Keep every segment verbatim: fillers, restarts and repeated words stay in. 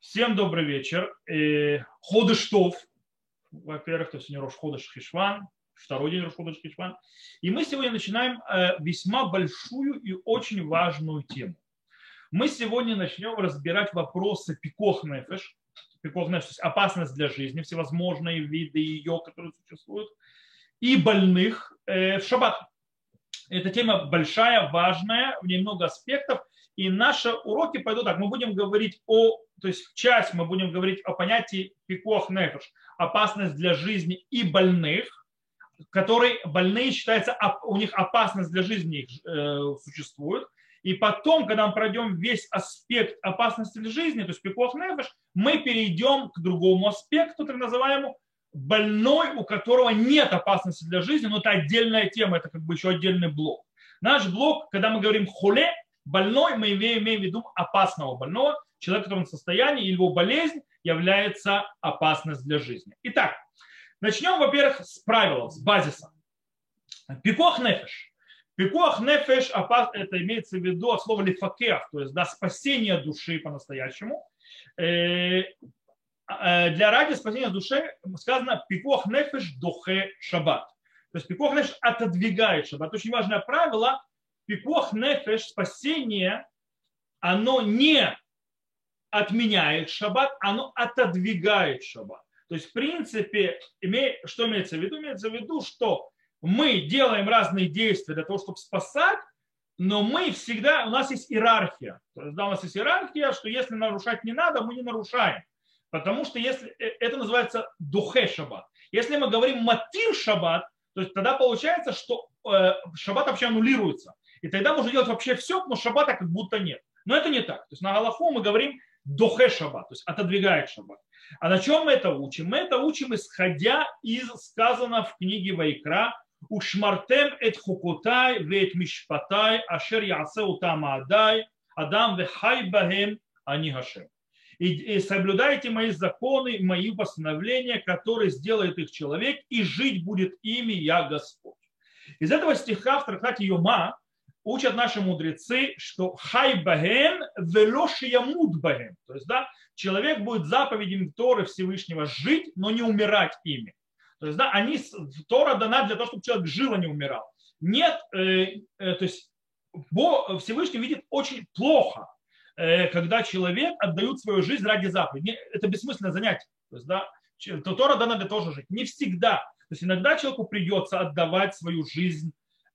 Всем добрый вечер. Э, Ходыш Тов, во-первых, то есть сегодня Рош Ходыш Хишван, второй день Рош Ходыш Хишван. И мы сегодня начинаем э, весьма большую и очень важную тему. Мы сегодня начнем разбирать вопросы пикох нефеш, пикох нефеш, то есть опасность для жизни, всевозможные виды ее, которые существуют, и больных э, в шаббат. Эта тема большая, важная, в ней много аспектов. И наши уроки пойдут так. Мы будем говорить о, то есть часть мы будем говорить о понятии пикох нефеш, опасность для жизни и больных, которые больные считаются, у них опасность для жизни э, существует. И потом, когда мы пройдем весь аспект опасности для жизни, то есть пикох нефеш, мы перейдем к другому аспекту, так называемому, больной, у которого нет опасности для жизни, но это отдельная тема, это как бы еще отдельный блок. Наш блок, когда мы говорим холе, больной, мы имеем, имеем в виду опасного больного, человека, в котором состоянии, или его болезнь является опасность для жизни. Итак, начнем, во-первых, с правила, с базиса. Пикох нефеш. Пикох нефеш, это имеется в виду от слова лифакех, то есть да, спасение души по-настоящему. Для ради спасения души сказано пикох нефеш дохе шаббат. То есть пикох нефеш отодвигает шаббат. Очень важное правило. Пикох нефеш, спасение, оно не отменяет шаббат, оно отодвигает шаббат. То есть, в принципе, что имеется в виду? Имеется в виду, что мы делаем разные действия для того, чтобы спасать, но мы всегда, у нас есть иерархия. То есть, да, у нас есть иерархия, что если нарушать не надо, мы не нарушаем. Потому что если, это называется духе шаббат. Если мы говорим матир шаббат, то есть тогда получается, что шаббат вообще аннулируется. И тогда можно делать вообще все, но шаббата как будто нет. Но это не так. То есть на галаху мы говорим дохе шаббат, то есть отодвигает шаббат. А на чем мы это учим? Мы это учим, исходя из сказано в книге Вайкра «Ушмартем эт хукутай вет мишпатай ашер ясеу там адай адам вехай бахем ани гашем». И соблюдайте мои законы, мои постановления, которые сделает их человек, и жить будет ими я Господь. Из этого стиха в трактате Йома учат наши мудрецы, что хай бахем велоши ямуд бахем. То есть, да, человек будет заповедями Торы Всевышнего жить, но не умирать ими. То есть, да, они, Тора дана для того, чтобы человек жил, а не умирал. Нет, э, э, то есть Бог, Всевышний видит очень плохо, э, когда человек отдает свою жизнь ради заповеди. Это бессмысленное занятие. То есть, да, Тора дана для того, чтобы жить. Не всегда. То есть иногда человеку придется отдавать свою жизнь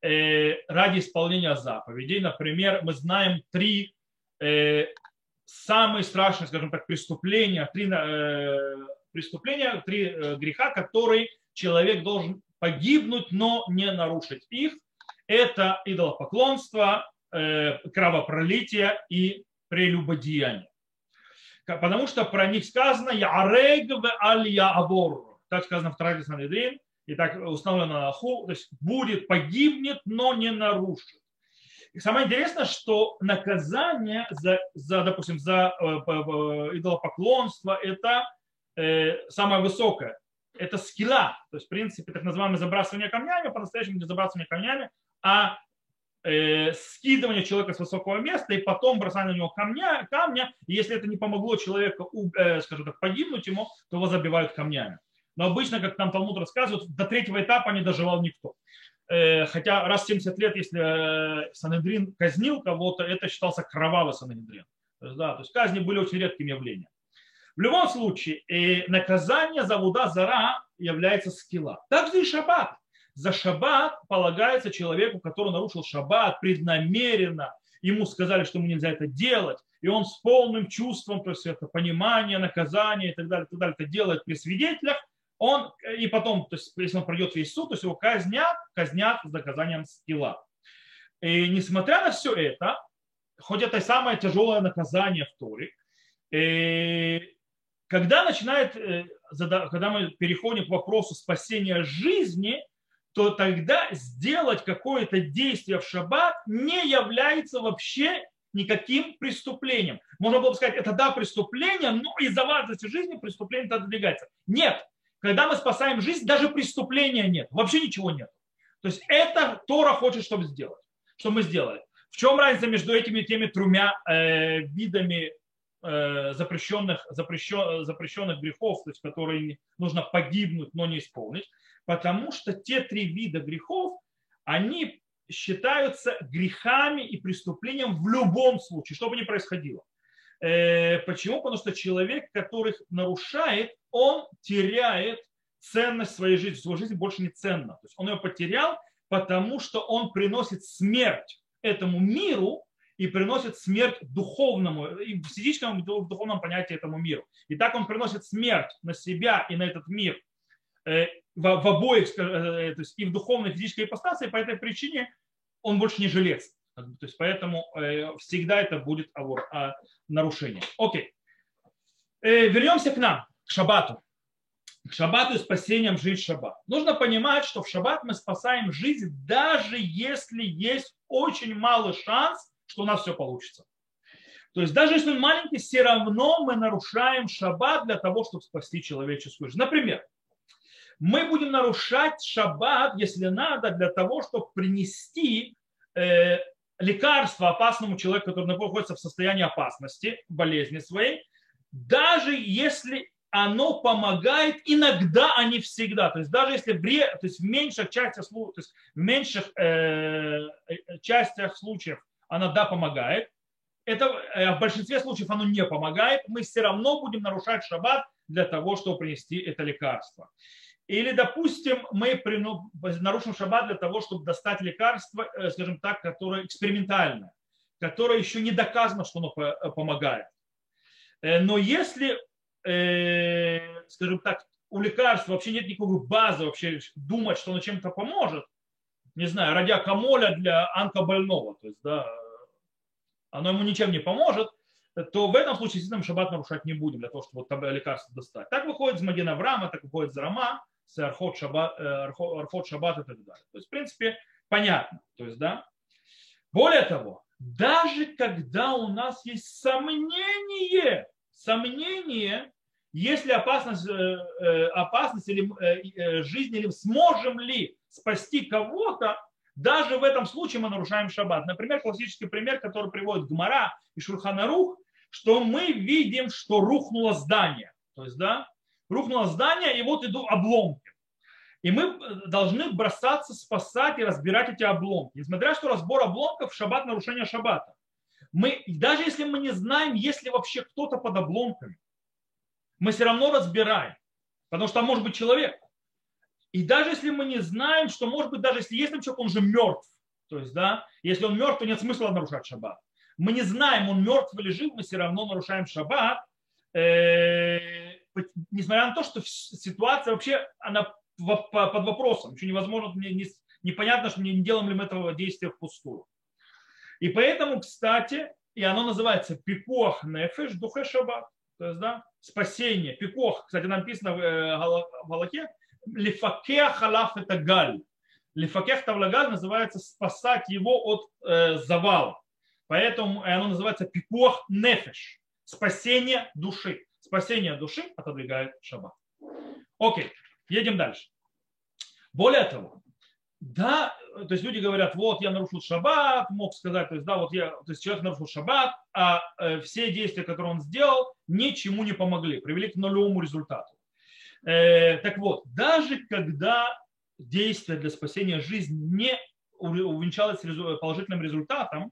ради исполнения заповедей. Например, мы знаем три э, самые страшные, скажем так, преступления, три э, преступления, три э, греха, которые человек должен погибнуть, но не нарушить их. Это идолопоклонство, э, кровопролитие и прелюбодеяние. Потому что про них сказано «Ярег в аль-яабор». Так сказано в трактате Санедрин. И так установлено на Аллаху, то есть будет, погибнет, но не нарушит. И самое интересное, что наказание за, за допустим, за э, идолопоклонство это э, самое высокое. Это скилла, то есть в принципе так называемое забрасывание камнями, по-настоящему не забрасывание камнями, а э, скидывание человека с высокого места и потом бросание на него камня, камня. И если это не помогло человеку, э, скажем так, погибнуть ему, то его забивают камнями. Но обычно, как там Талмуд рассказывает, до третьего этапа не доживал никто. Хотя раз в семьдесят лет, если Санедрин казнил кого-то, это считался кровавый Санедрин. То есть, да, то есть казни были очень редким явлением. В любом случае, наказание за вуда зара является скилла. Также и шаббат. За шаббат полагается человеку, который нарушил шаббат преднамеренно. Ему сказали, что ему нельзя это делать. И он с полным чувством, то есть это понимание, наказание и так далее, и так далее, это делает при свидетелях. Он, и потом, то есть, если он пройдет весь суд, то есть его казнят, казнят с наказанием скилла. И несмотря на все это, хоть это и самое тяжелое наказание в Торе, когда, начинает, когда мы переходим к вопросу спасения жизни, то тогда сделать какое-то действие в шаббат не является вообще никаким преступлением. Можно было бы сказать, это да, преступление, но из-за важности жизни преступление отодвигается. Нет. Когда мы спасаем жизнь, даже преступления нет. Вообще ничего нет. То есть это Тора хочет, чтобы сделать. Что мы сделали. В чем разница между этими теми тремя э, видами э, запрещенных, запрещен, запрещенных грехов, то есть которые нужно погибнуть, но не исполнить, потому что те три вида грехов, они считаются грехами и преступлением в любом случае, что бы ни происходило. Э, почему? Потому что человек, который их нарушает, он теряет ценность своей жизни. Его жизнь больше не ценна. То есть он ее потерял, потому что он приносит смерть этому миру и приносит смерть духовному, и в физическом и в духовном понятии этому миру. И так он приносит смерть на себя и на этот мир э, в, в обоих, э, то есть и в духовной, и в физической ипостаси, и по этой причине он больше не жилец. То есть поэтому э, всегда это будет авор, а, нарушение. Окей. Э, вернемся к нам, к шаббату. К шаббату и спасением жизнь шаббат. Нужно понимать, что в шаббат мы спасаем жизнь, даже если есть очень малый шанс, что у нас все получится. То есть даже если он маленький, все равно мы нарушаем шаббат для того, чтобы спасти человеческую жизнь. Например, мы будем нарушать шаббат, если надо, для того, чтобы принести э, лекарство опасному человеку, который находится в состоянии опасности, болезни своей, даже если оно помогает иногда, а не всегда. То есть даже если в, ре, то есть в меньших частях, то есть в меньших э, частях случаев оно да помогает, это, э, в большинстве случаев оно не помогает, мы все равно будем нарушать шаббат для того, чтобы принести это лекарство. Или, допустим, мы нарушим шаббат для того, чтобы достать лекарство, э, скажем так, которое экспериментальное, которое еще не доказано, что оно помогает. Но если скажем так, у лекарства вообще нет никакой базы вообще думать, что оно чем-то поможет, не знаю, ради акамоля для онкобольного, то есть, да, оно ему ничем не поможет, то в этом случае действительно шаббат нарушать не будем для того, чтобы вот лекарство достать. Так выходит из Маген Авраама, так выходит из Рама, с Архот Шаббат, Архот Шаббат и так далее. То есть, в принципе, понятно. То есть, да. Более того, даже когда у нас есть сомнение, сомнение, есть ли опасность, опасность или жизнь, или сможем ли спасти кого-то, даже в этом случае мы нарушаем шаббат. Например, классический пример, который приводит Гмара и Шулхан Арух, что мы видим, что рухнуло здание. То есть, да, рухнуло здание, и вот идут обломки. И мы должны бросаться, спасать и разбирать эти обломки. Несмотря на то, что разбор обломков в шаббат нарушение шаббата. Мы, даже если мы не знаем, есть ли вообще кто-то под обломками, мы все равно разбираем, потому что там может быть человек. И даже если мы не знаем, что может быть, даже если есть там человек, он же мертв. То есть, да, если он мертв, то нет смысла нарушать шаббат. Мы не знаем, он мертв или жив, мы все равно нарушаем шаббат, э, несмотря на то, что ситуация вообще, она под вопросом. Еще невозможно, непонятно, что не делаем ли мы этого действия впустую. И поэтому, кстати, и оно называется пикуах нефеш духе шаббат. То есть, да, спасение. Пикуах, кстати, написано в Галахе, лифакех халаф это галь. Лифакех тавлагаль называется спасать его от э, завала. Поэтому оно называется пикуах нефеш. Спасение души. Спасение души отодвигает шаббат. Окей, едем дальше. Более того, да, то есть люди говорят, вот я нарушил шаббат, мог сказать, то есть, да, вот я, то есть человек нарушил шаббат, а э, все действия, которые он сделал, ничему не помогли, привели к нулевому результату. Э, так вот, даже когда действие для спасения жизни не увенчалось положительным результатом,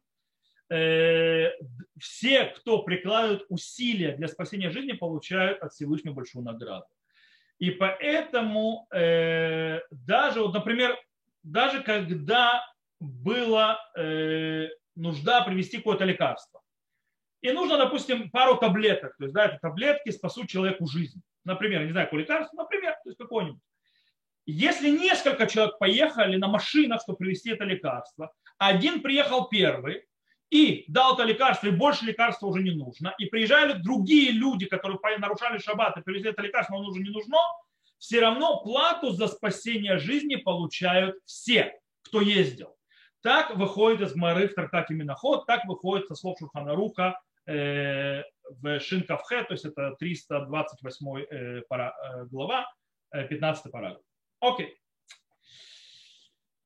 э, все, кто прикладывает усилия для спасения жизни, получают от Всевышнего большую награду. И поэтому э, даже, вот, например, даже когда была э, нужда привести какое-то лекарство, и нужно, допустим, пару таблеток, то есть, да, эти таблетки спасут человеку жизнь. Например, не знаю, какое лекарство, например, то есть какое-нибудь. Если несколько человек поехали на машинах, чтобы привезти это лекарство, один приехал первый и дал это лекарство, и больше лекарства уже не нужно, и приезжали другие люди, которые нарушали шаббат и привезли это лекарство, но оно уже не нужно, все равно плату за спасение жизни получают все, кто ездил. Так выходит из Гмары в трактате Миноход, так выходит со слов Шулхан Аруха э, в Шин Кавхе, то есть это триста двадцать восьмая э, пара, э, глава, э, пятнадцатый параграф. Окей.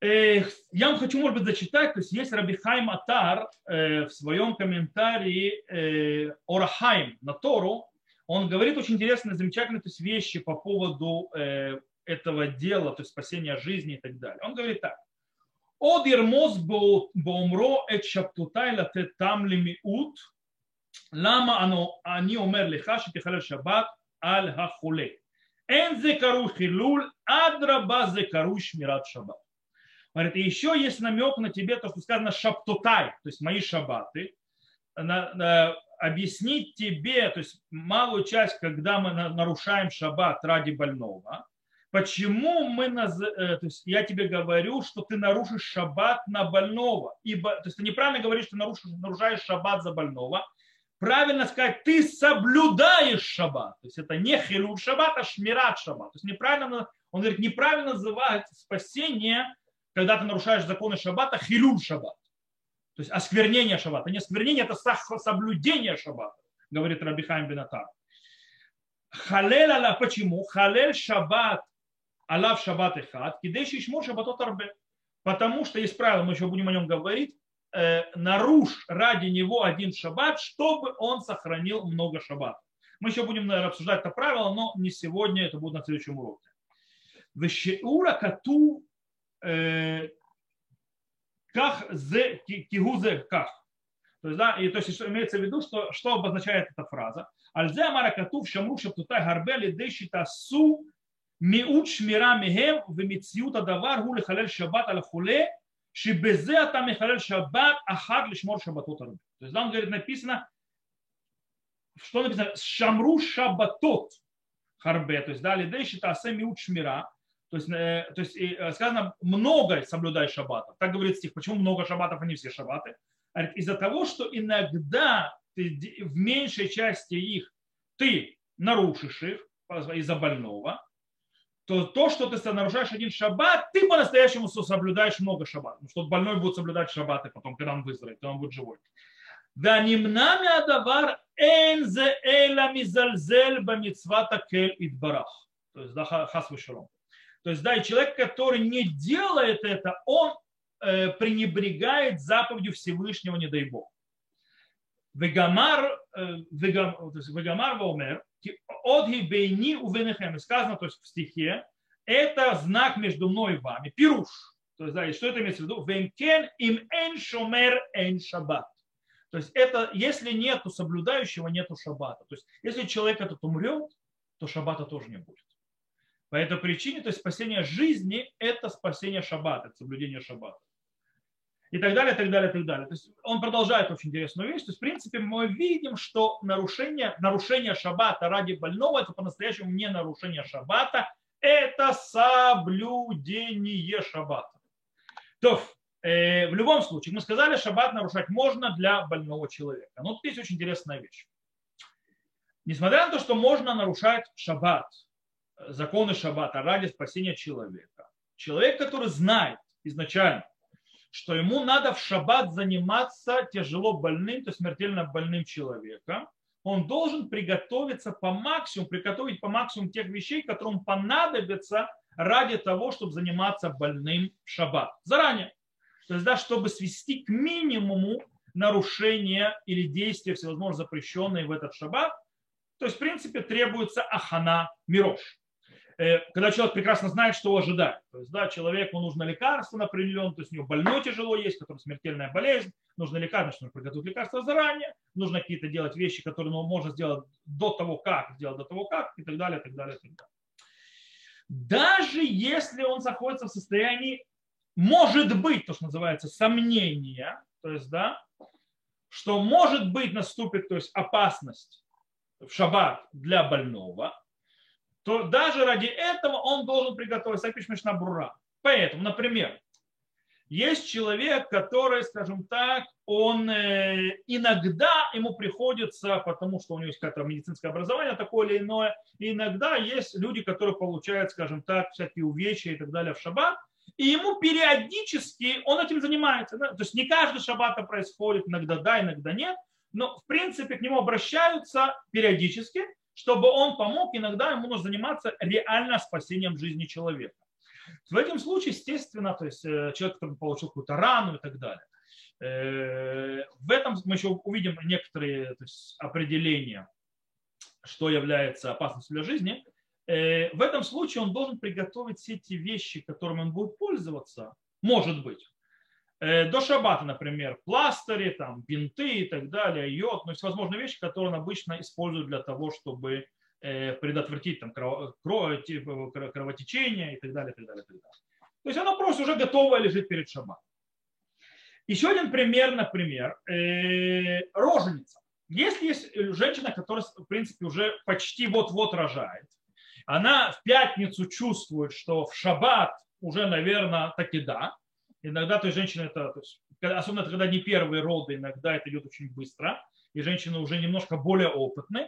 Я вам хочу, может быть, зачитать. То есть есть Раби Хаим Атар в своем комментарии Орахаим на Тору. Он говорит очень интересные, замечательные то есть, вещи по поводу этого дела, то есть спасения жизни и так далее. Он говорит так. Од ирмоз боумро эт шаптутай латет там лимиут лама они омер лиха шетихалел шаббат аль хахуле. Эн зе кару хилуль адраба зе кару шмират шаббат. Говорит, и еще есть намек на тебе, то, что сказано шаптутай, то есть мои шаббаты, на, на, объяснить тебе, то есть малую часть, когда мы нарушаем шаббат ради больного, почему мы, наз... то есть я тебе говорю, что ты нарушишь шаббат на больного, ибо, то есть ты неправильно говоришь, что ты нарушишь, нарушаешь шаббат за больного, правильно сказать, ты соблюдаешь шаббат, то есть это не хилуль шаббат, а шмират шаббат, то есть неправильно, он говорит, неправильно называть спасение, когда ты нарушаешь законы шаббата, хилюль шаббат. То есть осквернение шаббата. Не осквернение, это соблюдение шаббата, говорит Раби Хаим бен Атар. Халель аля, почему? Халель шаббат, алав шаббат и хат, кидеши ишмур шаббатот арбе. Потому что есть правило, мы еще будем о нем говорить, э, нарушь ради него один шаббат, чтобы он сохранил много шаббатов. Мы еще будем, наверное, обсуждать это правило, но не сегодня, это будет на следующем уроке. Вешеура кату как зе кигузе как. То есть, да, и то есть, что имеется в виду, что, что обозначает эта фраза. Альзе амаракатув шамру шаптутай гарбели дешита су миут шмира михем вмициюта давар гули халель шаббат аль хуле шибезе ата михалель шаббат ахад лишмор шаббатот арбе. То есть, да, он говорит, написано, что написано, шамру шаббатот харбе, то есть, да, лидешита асе миут шмира. То есть, то есть сказано, много соблюдай шаббатов. Так говорит стих. Почему много шаббатов, а не все шаббаты? Из-за того, что иногда ты, в меньшей части их ты нарушишь их из-за больного, то то, что ты нарушаешь один шаббат, ты по-настоящему соблюдаешь много шаббатов. Что больной будет соблюдать шаббаты потом, когда он выздоровеет, когда он будет живой. Да нимнами адавар энзе эла мизальзель бамицвата кель идбарах. То есть да хас вышером. То есть, да, и человек, который не делает это, он э, пренебрегает заповедью Всевышнего, не дай Бог. Вегамар, э, вегамар ваумер, одги бейни увенехем, сказано, то есть в стихе, это знак между мной и вами, пируш. То есть, да, и что это имеется в виду? Венкен им эн шомер эн шаббат. То есть, это, если нету соблюдающего, нету шаббата. То есть, если человек этот умрет, то шаббата тоже не будет. По этой причине, то есть спасение жизни – это спасение шаббата, это соблюдение шаббата. И так далее, и так далее, и так далее. То есть он продолжает очень интересную вещь. То есть, в принципе, мы видим, что нарушение, нарушение шаббата ради больного – это по-настоящему не нарушение шаббата, это соблюдение шаббата. То э, в любом случае, мы сказали, шаббат нарушать можно для больного человека. Но тут есть очень интересная вещь. Несмотря на то, что можно нарушать шаббат, законы шаббата ради спасения человека. Человек, который знает изначально, что ему надо в шаббат заниматься тяжело больным, то есть смертельно больным человеком, он должен приготовиться по максимуму, приготовить по максимуму тех вещей, которым понадобится ради того, чтобы заниматься больным в шаббат. Заранее. То есть, да, чтобы свести к минимуму нарушения или действия всевозможно запрещенные в этот шаббат. То есть, в принципе, требуется ахана мирош. Когда человек прекрасно знает, что ожидает. То есть, да, человеку нужно лекарство на определенное, то есть у него больной тяжело есть, который смертельная болезнь, нужно лекарство, нужно приготовить лекарство заранее, нужно какие-то делать вещи, которые ну, можно сделать до того, как, сделать до того, как, и так далее, и так далее, и так далее. Даже если он находится в состоянии, может быть, то, что называется, сомнения, то есть, да, что может быть наступит, то есть опасность в шаббат для больного, то даже ради этого он должен приготовить сапишмишна брура. Поэтому, например, есть человек, который, скажем так, он иногда ему приходится, потому что у него есть какое-то медицинское образование такое или иное, и иногда есть люди, которые получают, скажем так, всякие увечья и так далее в шаббат, и ему периодически он этим занимается. Да? То есть не каждый шаббат это происходит, иногда да, иногда нет, но в принципе к нему обращаются периодически, чтобы он помог, иногда ему нужно заниматься реально спасением жизни человека. В этом случае, естественно, то есть человек, который получил какую-то рану и так далее. В этом мы еще увидим некоторые то есть, определения, что является опасностью для жизни. В этом случае он должен приготовить все эти вещи, которыми он будет пользоваться, может быть. До шаббата, например, пластыри, там, бинты и так далее, йод, но есть возможные вещи, которые он обычно использует для того, чтобы предотвратить там, кровотечение и так далее, и так далее, и так далее. То есть оно просто уже готовое лежит перед шаббатом. Еще один пример, например, роженица. Если есть женщина, которая, в принципе, уже почти вот-вот рожает, она в пятницу чувствует, что в шаббат уже, наверное, таки да. Иногда то есть женщина это, то есть, особенно когда не первые роды, иногда это идет очень быстро, и женщины уже немножко более опытны.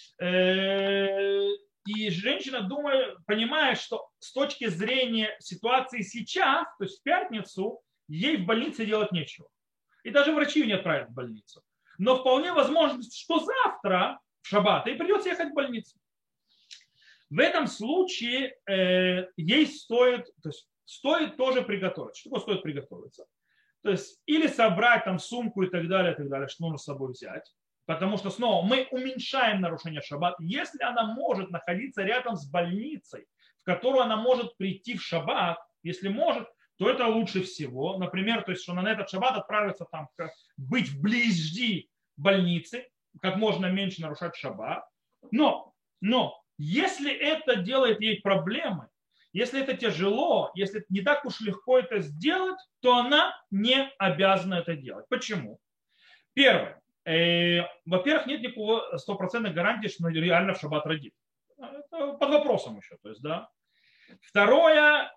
И женщина думает, понимает, что с точки зрения ситуации сейчас, то есть в пятницу, ей в больнице делать нечего. И даже врачи ее не отправят в больницу. Но вполне возможно, что завтра, в шаббат, ей придется ехать в больницу. В этом случае э, ей стоит, то есть стоит тоже приготовить. Что такое стоит приготовиться? То есть или собрать там сумку и так далее, и так далее, что нужно с собой взять. Потому что снова мы уменьшаем нарушение шаббата. Если она может находиться рядом с больницей, в которую она может прийти в шаббат, если может, то это лучше всего. Например, то есть, что она на этот шаббат отправится там, быть вблизи больницы, как можно меньше нарушать шаббат. Но, но если это делает ей проблемы, если это тяжело, если не так уж легко это сделать, то она не обязана это делать. Почему? Первое. Во-первых, нет никакого стопроцентной гарантии, что она реально в шаббат родит. Это под вопросом еще. То есть, да. Второе.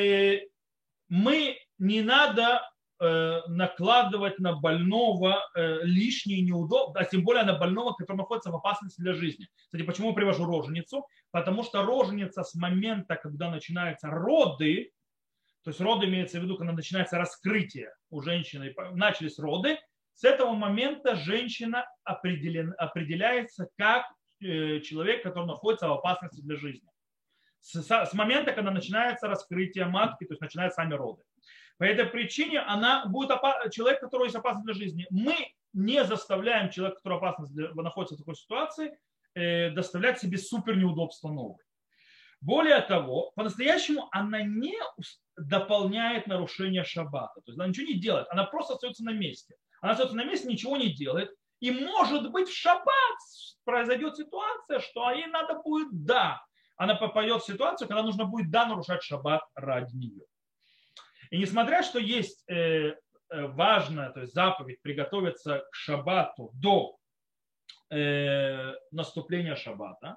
Мы не надо накладывать на больного лишние неудобства, а тем более на больного, который находится в опасности для жизни. Кстати, почему я привожу роженицу? Потому что роженица с момента, когда начинаются роды, то есть роды имеется в виду, когда начинается раскрытие у женщины, начались роды, с этого момента женщина определяется как человек, который находится в опасности для жизни. С, с момента, когда начинается раскрытие матки, то есть начинаются сами роды. По этой причине она будет опас... человек, который есть опасен для жизни. Мы не заставляем человека, который опасен для... находится в такой ситуации, э, доставлять себе супер неудобства новые. Более того, по-настоящему она не дополняет нарушение шаббата. То есть она ничего не делает, она просто остается на месте. Она остается на месте, ничего не делает. И может быть в шаббат произойдет ситуация, что ей надо будет да. Она попадет в ситуацию, когда нужно будет да нарушать шаббат ради нее. И несмотря, что есть э, важная, то есть заповедь приготовиться к шаббату до э, наступления шаббата,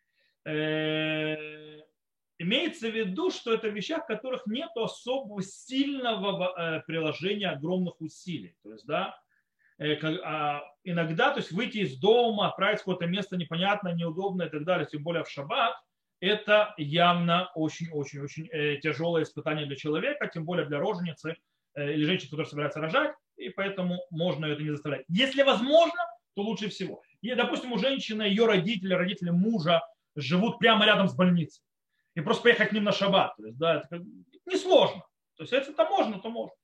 э, имеется в виду, что это вещи, в которых нет особого сильного э, приложения огромных усилий. То есть, да, э, как, а иногда, то есть выйти из дома, отправить в какое-то место непонятное, неудобное и так далее, тем более в шаббат, это явно очень-очень-очень тяжелое испытание для человека, тем более для роженицы или женщины, которая собирается рожать, и поэтому можно это не заставлять. Если возможно, то лучше всего. И, допустим, у женщины, ее родители, родители мужа живут прямо рядом с больницей, и просто поехать к ним на шаббат. То есть, да, это несложно. То есть, если это можно, то можно.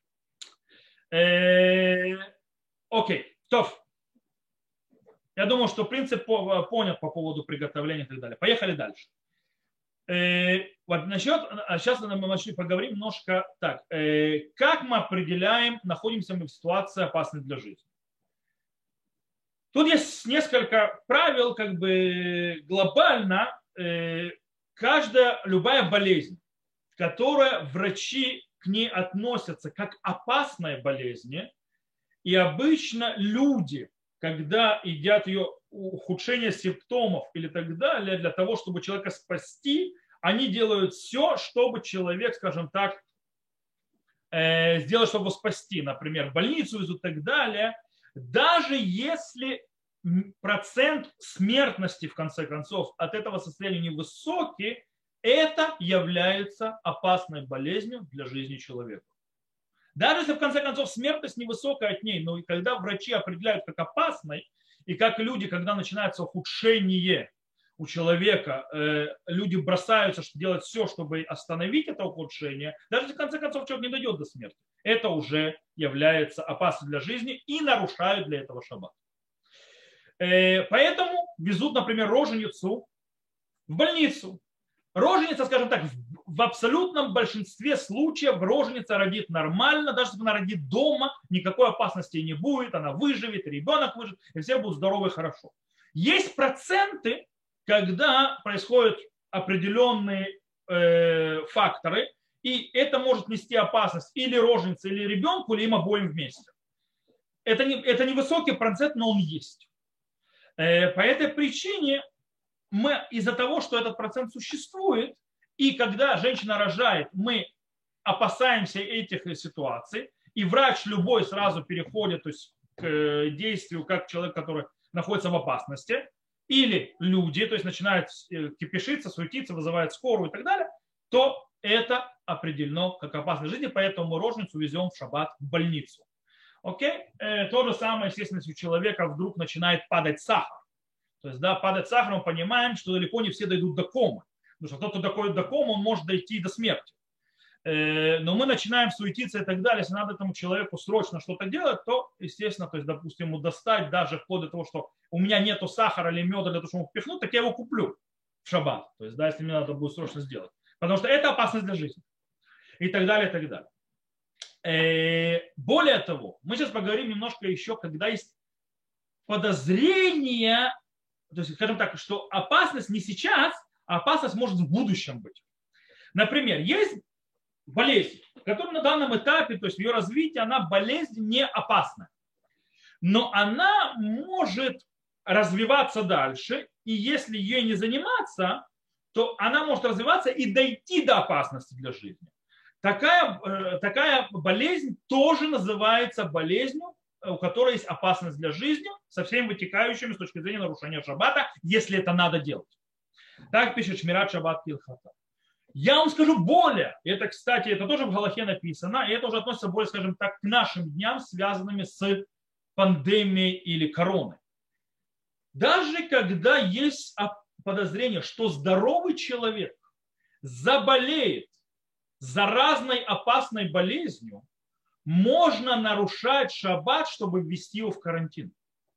Окей, то. Я думаю, что принцип понят по поводу приготовления и так далее. Поехали дальше. Вот насчет, сейчас мы начали поговорим немножко так. Как мы определяем, находимся мы в ситуации опасной для жизни? Тут есть несколько правил, как бы глобально. Каждая, любая болезнь, которая врачи к ней относятся как опасная болезнь, и обычно люди, когда идет ее ухудшение симптомов или так далее, для того, чтобы человека спасти, они делают все, чтобы человек, скажем так, э, сделать, чтобы его спасти. Например, в больницу везут и так далее. Даже если процент смертности, в конце концов, от этого состояния невысокий, это является опасной болезнью для жизни человека. Даже если, в конце концов, смертность невысокая от ней, но и когда врачи определяют как опасной, и как люди, когда начинается ухудшение, у человека, э, люди бросаются что делать все, чтобы остановить это ухудшение, даже если в конце концов человек не дойдет до смерти, это уже является опасным для жизни и нарушают для этого шаббат. Э, поэтому везут, например, роженицу в больницу. Роженица, скажем так, в абсолютном большинстве случаев роженица родит нормально, даже если она родит дома, никакой опасности не будет, она выживет, ребенок выживет, и все будут здоровы и хорошо. Есть проценты, когда происходят определенные э, факторы, и это может нести опасность или роженице, или ребенку, или им обоим вместе. Это, не, это невысокий процент, но он есть. Э, по этой причине мы из-за того, что этот процент существует, и когда женщина рожает, мы опасаемся этих ситуаций, и врач любой сразу переходит, то есть, к действию как человек, который находится в опасности, или люди, то есть начинают кипишиться, суетиться, вызывают скорую и так далее, то это определено как опасность жизни, поэтому мы роженицу везем в шаббат в больницу. Окей? То же самое, естественно, если у человека вдруг начинает падать сахар. То есть, да, падать сахар, мы понимаем, что далеко не все дойдут до комы. Потому что кто-то доходит до комы, он может дойти до смерти. Но мы начинаем суетиться и так далее. Если надо этому человеку срочно что-то делать, то, естественно, то есть, допустим, ему достать даже вплоть до того, что у меня нету сахара или меда для того, чтобы его впихнуть, так я его куплю в шаббат. То есть, да, если мне надо будет срочно сделать. Потому что это опасность для жизни. И так далее, и так далее. Более того, мы сейчас поговорим немножко еще, когда есть подозрение, то есть, скажем так, что опасность не сейчас, а опасность может в будущем быть. Например, есть болезнь, которая на данном этапе, то есть в ее развитии, она болезнь не опасна. Но она может развиваться дальше, и если ей не заниматься, то она может развиваться и дойти до опасности для жизни. Такая, такая болезнь тоже называется болезнью, у которой есть опасность для жизни, со всеми вытекающими с точки зрения нарушения шаббата, если это надо делать. Так пишет Шмират Шаббат Килхата. Я вам скажу более. Это, кстати, это тоже в Галахе написано, и это уже относится более, скажем так, к нашим дням, связанными с пандемией или короной. Даже когда есть подозрение, что здоровый человек заболеет заразной опасной болезнью, можно нарушать шаббат, чтобы ввести его в карантин.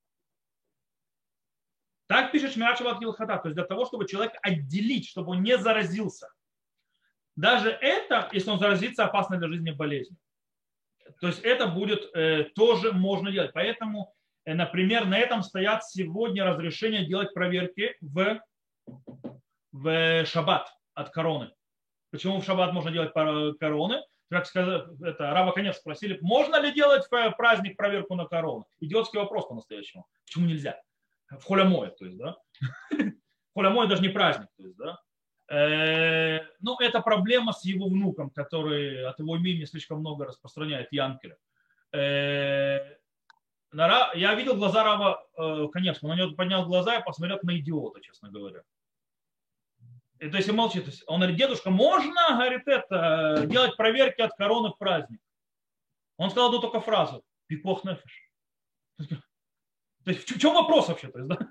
Так пишет Шмират Шаббат Килхата. То есть для того, чтобы человек отделить, чтобы он не заразился. Даже это, если он заразится, опасно для жизни болезнью. То есть это будет э, тоже можно делать. Поэтому, э, например, на этом стоят сегодня разрешения делать проверки в, в шаббат от короны. Почему в шаббат можно делать короны? Как сказать, это, раба, конечно, спросили, можно ли делать в праздник проверку на корону? Идиотский вопрос по-настоящему. Почему нельзя? В холямое, то есть, да? Холямое даже не праздник, то есть, да? Э, ну, это проблема с его внуком, который от его имени слишком много распространяет Янкеля. Э, я видел глаза раба, э, конечно, он на него поднял глаза и посмотрел на идиота, честно говоря. И, то есть, молчит. Он говорит, дедушка, можно, говорит, это, делать проверки от короны в праздник? Он сказал ну, только фразу, пикох нефеш. То есть, в чем вопрос вообще? То есть, да?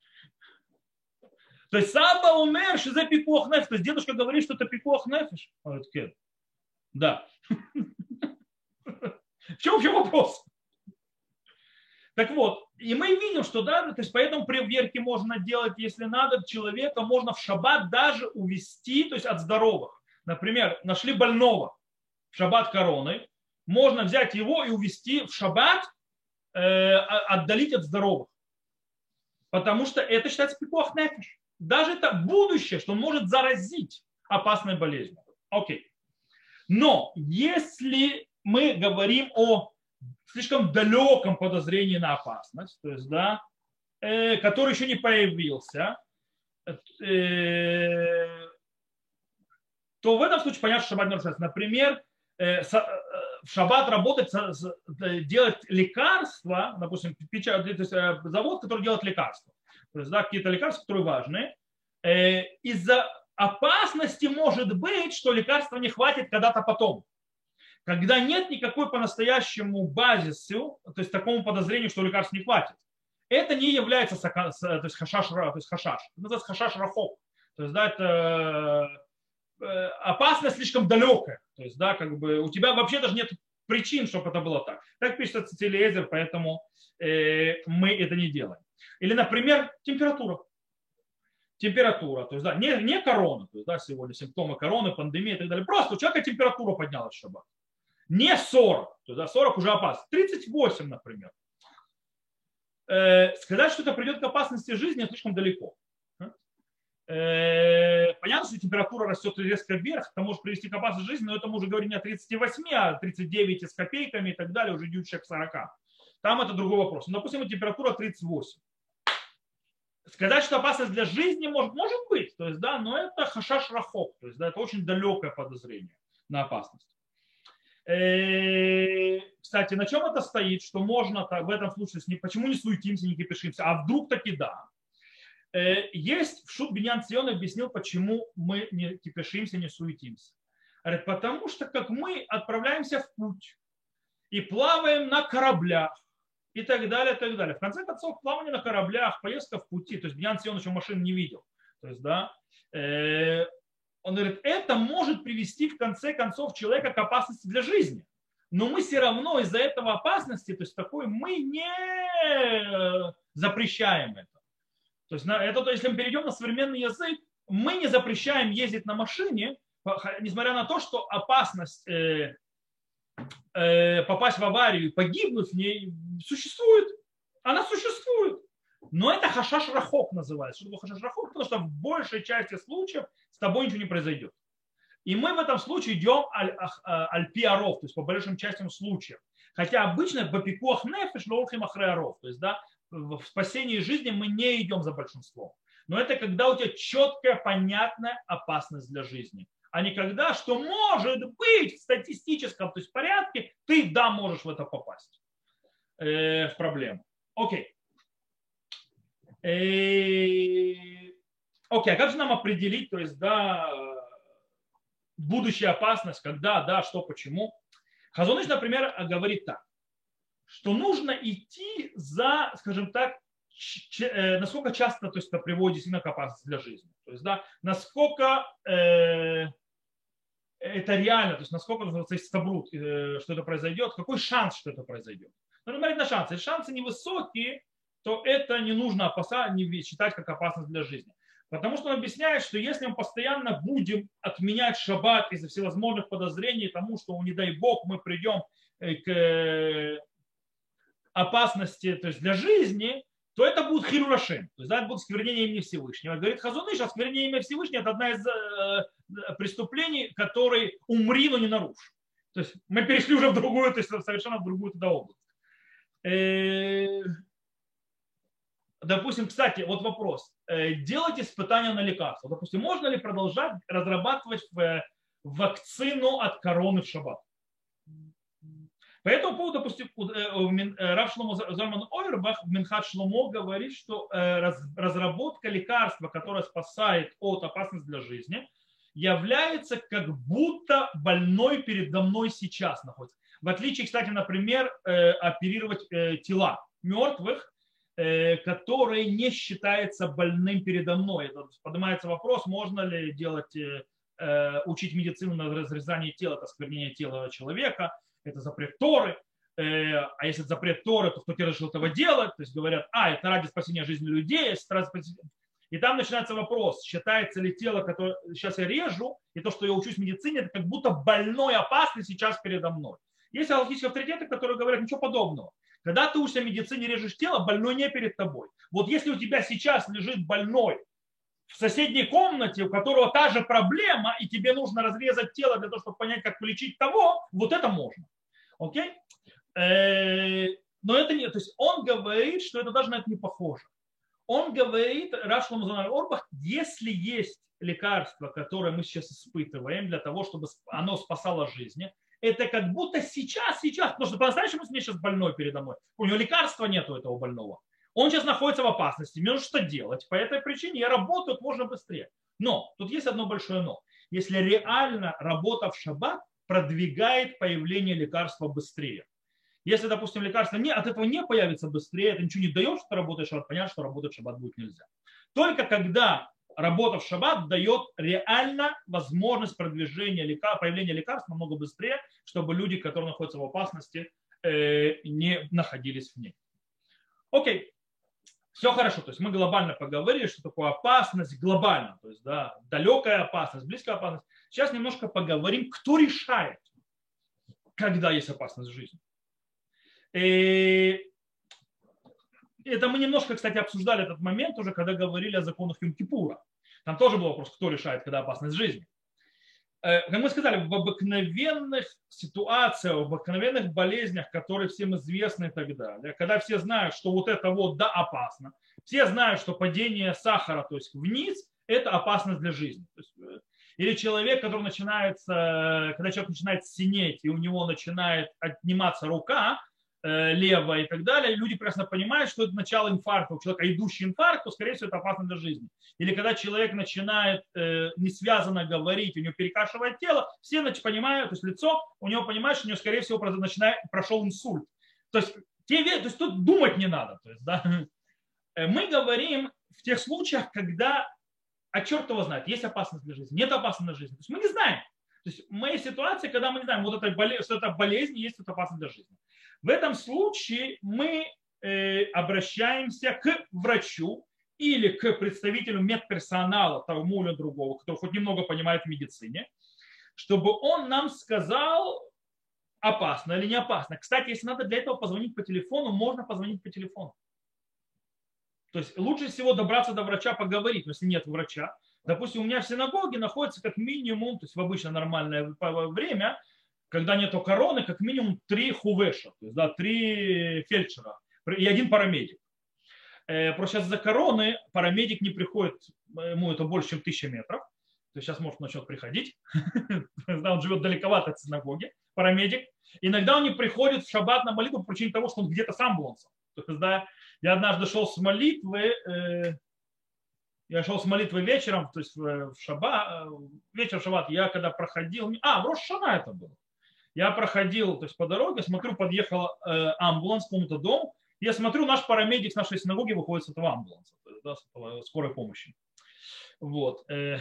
То есть, Саба умер, что за пикох нефеш. То есть, дедушка говорит, что это пикох нефеш. Он говорит, да. В чем, в чем вопрос? Так вот, и мы видим, что да, то есть поэтому проверки можно делать, если надо, человека можно в шаббат даже увести, то есть от здоровых. Например, нашли больного в шаббат короной, можно взять его и увести в шаббат, э, отдалить от здоровых. Потому что это считается пикуах нефеш. Даже это будущее, что он может заразить опасной болезнью. Окей. Но если мы говорим о слишком далеком подозрении на опасность, то есть, да, э, который еще не появился, э, то в этом случае понятно, что шаббат нарушается. Например, э, со, э, в шаббат работать, со, делать лекарства, допустим, печать, то есть, э, завод, который делает лекарства, то есть, да, какие-то лекарства, которые важны, э, из-за опасности может быть, что лекарства не хватит когда-то потом. Когда нет никакой по-настоящему базису, то есть такому подозрению, что лекарств не хватит. это не является то есть хашаш, то есть хашаш. Это называется хашаш рахок. То есть, да, это опасность слишком далекая. То есть, да, как бы у тебя вообще даже нет причин, чтобы это было так. Так пишет Цицилиезер, поэтому э, мы это не делаем. Или, например, температура. Температура, то есть, да, не, не корона, то есть, да, сегодня симптомы короны, пандемии и так далее. Просто у человека температура поднялась в шаббат. Не сорок, то есть, да, сорок уже опасно. тридцать восемь, например. Э, сказать, что это придет к опасности жизни, слишком далеко. Понятно, что температура растет резко вверх, это может привести к опасности жизни, но это мы уже говорим не о тридцати восьми, а тридцать девяти с копейками и так далее, уже идет к сорока. Там это другой вопрос. Но, допустим, температура тридцать восемь. Сказать, что опасность для жизни может, может быть, то есть, да, но это хашаш рахок, то есть, да, это очень далекое подозрение на опасность. Кстати, на чем это стоит, что можно в этом случае, почему не суетимся, не кипишимся, а вдруг таки да. Есть, в Шут Биньян Цион объяснил, почему мы не кипишимся, не суетимся. Говорит, потому что как мы отправляемся в путь и плаваем на кораблях и так далее, и так далее. В конце концов, плавание на кораблях, поездка в пути, то есть Биньян Цион еще машин не видел. То есть, да, э, он говорит, это может привести в конце концов человека к опасности для жизни. Но мы все равно из-за этого опасности, то есть такой, мы не запрещаем это. То есть, это, то, если мы перейдем на современный язык, мы не запрещаем ездить на машине, несмотря на то, что опасность э, э, попасть в аварию и погибнуть в ней существует. Она существует. Но это хашаш рахок называется. Что такое хашаш рахок? Потому что в большей части случаев с тобой ничего не произойдет. И мы в этом случае идем аль-пиаров, то есть по большим частям случаев. Хотя обычно бапикуах нефеш лоухим ахреаров, то есть, да, в спасении жизни мы не идем за большинством. Но это когда у тебя четкая, понятная опасность для жизни. А не когда, что может быть в статистическом, то есть порядке, ты, да, можешь в это попасть. Э, в проблему. Окей. Э, окей, а как же нам определить, то есть, да, будущая опасность, когда, да, что, почему? Хазон Иш, например, говорит так, что нужно идти за, скажем так, насколько часто, то есть, это приводит сильно к опасности для жизни. То есть, да, насколько э, это реально, то есть, насколько называется стабрут, э, что это произойдет, какой шанс, что это произойдет. Нужно смотреть на шансы. Если шансы невысокие, то это не нужно опасаться, не считать как опасность для жизни. Потому что он объясняет, что если мы постоянно будем отменять шаббат из-за всевозможных подозрений тому, что, не дай бог, мы придем к опасности, то есть для жизни, то это будет хирурашим, то есть да, это будет сквернение имени Всевышнего. Говорит Хазон Иш, а сквернение имени Всевышнего – это одна из э, преступлений, которые умри, но не нарушь. То есть мы перешли уже в другую, то есть совершенно в другую туда область. Э, допустим, кстати, вот вопрос. Э, делать испытания на лекарства. Допустим, можно ли продолжать разрабатывать в, вакцину от короны в шаббат? По этому поводу, допустим, Рав Шломо Залман Ойербах в Минхат Шломо говорит, что разработка лекарства, которое спасает от опасности для жизни, является как будто больной передо мной сейчас находится. В отличие, кстати, например, оперировать тела мертвых, которые не считаются больным передо мной. Поднимается вопрос, можно ли делать, учить медицину на разрезание тела, это осквернение тела человека. Это запрет Торы, а если это запрет Торы, то кто тебе решил этого делать? То есть говорят, а, это ради спасения жизни людей, и там начинается вопрос, считается ли тело, которое сейчас я режу, и то, что я учусь в медицине, это как будто больной, опасный сейчас передо мной. Есть галактические авторитеты, которые говорят, ничего подобного. Когда ты учишься в медицине, режешь тело, больной не перед тобой. Вот если у тебя сейчас лежит больной в соседней комнате, у которого та же проблема, и тебе нужно разрезать тело для того, чтобы понять, как полечить того, вот это можно. Окей? Но это не, то есть он говорит, что это даже на это не похоже. Он говорит, Рав Шломо Залман Ойербах, если есть лекарство, которое мы сейчас испытываем для того, чтобы оно спасало жизни, это как будто сейчас, сейчас, потому что по-настоящему мне сейчас больной передо мной. У него лекарства нет у этого больного. Он сейчас находится в опасности, мне нужно что делать. По этой причине я работаю как можно быстрее. Но, тут есть одно большое но. Если реально работа в шаббат продвигает появление лекарства быстрее. Если, допустим, лекарство не, от этого не появится быстрее, это ничего не дает, что ты работаешь в шаббат, понятно, что работать в шаббат будет нельзя. Только когда работа в шаббат дает реально возможность продвижения лекарств, появления лекарств намного быстрее, чтобы люди, которые находятся в опасности, не находились в ней. Окей. Все хорошо, то есть мы глобально поговорили, что такое опасность глобально, то есть да, далекая опасность, близкая опасность. Сейчас немножко поговорим, кто решает, когда есть опасность в жизни. И это мы немножко, кстати, обсуждали этот момент уже, когда говорили о законах Йом-Кипура. Там тоже был вопрос, кто решает, когда опасность в жизни. Как мы сказали, в обыкновенных ситуациях, в обыкновенных болезнях, которые всем известны и так далее, когда все знают, что вот это вот да, опасно, все знают, что падение сахара, то есть вниз, это опасность для жизни. То есть, или человек, который начинается, когда человек начинает синеть, и у него начинает отниматься рука левая и так далее, люди прекрасно понимают, что это начало инфаркта. У человека идущий инфаркт, то, скорее всего, это опасно для жизни. Или когда человек начинает э, несвязанно говорить, у него перекашивает тело, все значит, понимают, то есть лицо, у него понимают, что у него, скорее всего, начинает, прошел инсульт. То есть, те, то есть тут думать не надо. То есть, да. Мы говорим в тех случаях, когда, а черт его знает, есть опасность для жизни, нет опасности для жизни. То есть мы не знаем. То есть в моей ситуации, когда мы не знаем, вот это болезнь, что это болезнь, есть это опасность для жизни. В этом случае мы э, обращаемся к врачу или к представителю медперсонала тому или другого, который хоть немного понимает в медицине, чтобы он нам сказал, опасно или не опасно. Кстати, если надо для этого позвонить по телефону, можно позвонить по телефону. То есть лучше всего добраться до врача, поговорить, но если нет врача. Допустим, у меня в синагоге находится как минимум, то есть в обычно нормальное время, когда нету короны, как минимум три хувеша, то есть да, три фельдшера и один парамедик. Просто сейчас из-за короны парамедик не приходит, ему это больше, чем тысяча метров. То есть сейчас, может, начнет приходить. Он живет далековато от синагоги, парамедик. Иногда он не приходит в шаббат на молитву по причине того, что он где-то с амбулансом. То есть, да, я однажды шел с молитвы, я шел с молитвы вечером, то есть в шаббат, вечер в шаббат, я когда проходил, а, в Рош-ха-Шана это было. Я проходил, то есть по дороге, смотрю, подъехал э, амбуланс к какому-то дому. Я смотрю, наш парамедик с нашей синагоги выходит с этого амбуланса, то есть, да, с этого скорой помощи. Вот. Э,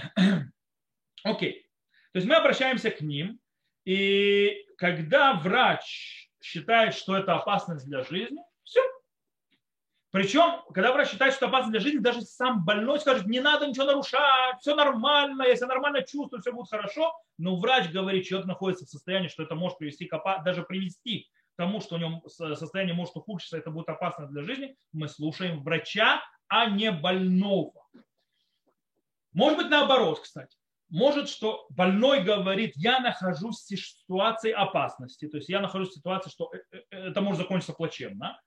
окей. То есть мы обращаемся к ним, и когда врач считает, что это опасность для жизни, все. Причем, когда врач считает, что опасность для жизни, даже сам больной скажет, не надо ничего нарушать, все нормально, если нормально чувствую, все будет хорошо. Но врач говорит, что человек находится в состоянии, что это может привести к опа- даже привести к тому, что у него состояние может ухудшиться, это будет опасно для жизни. Мы слушаем врача, а не больного. Может быть наоборот, кстати. Может, что больной говорит, я нахожусь в ситуации опасности, то есть я нахожусь в ситуации, что это может закончиться плачевно.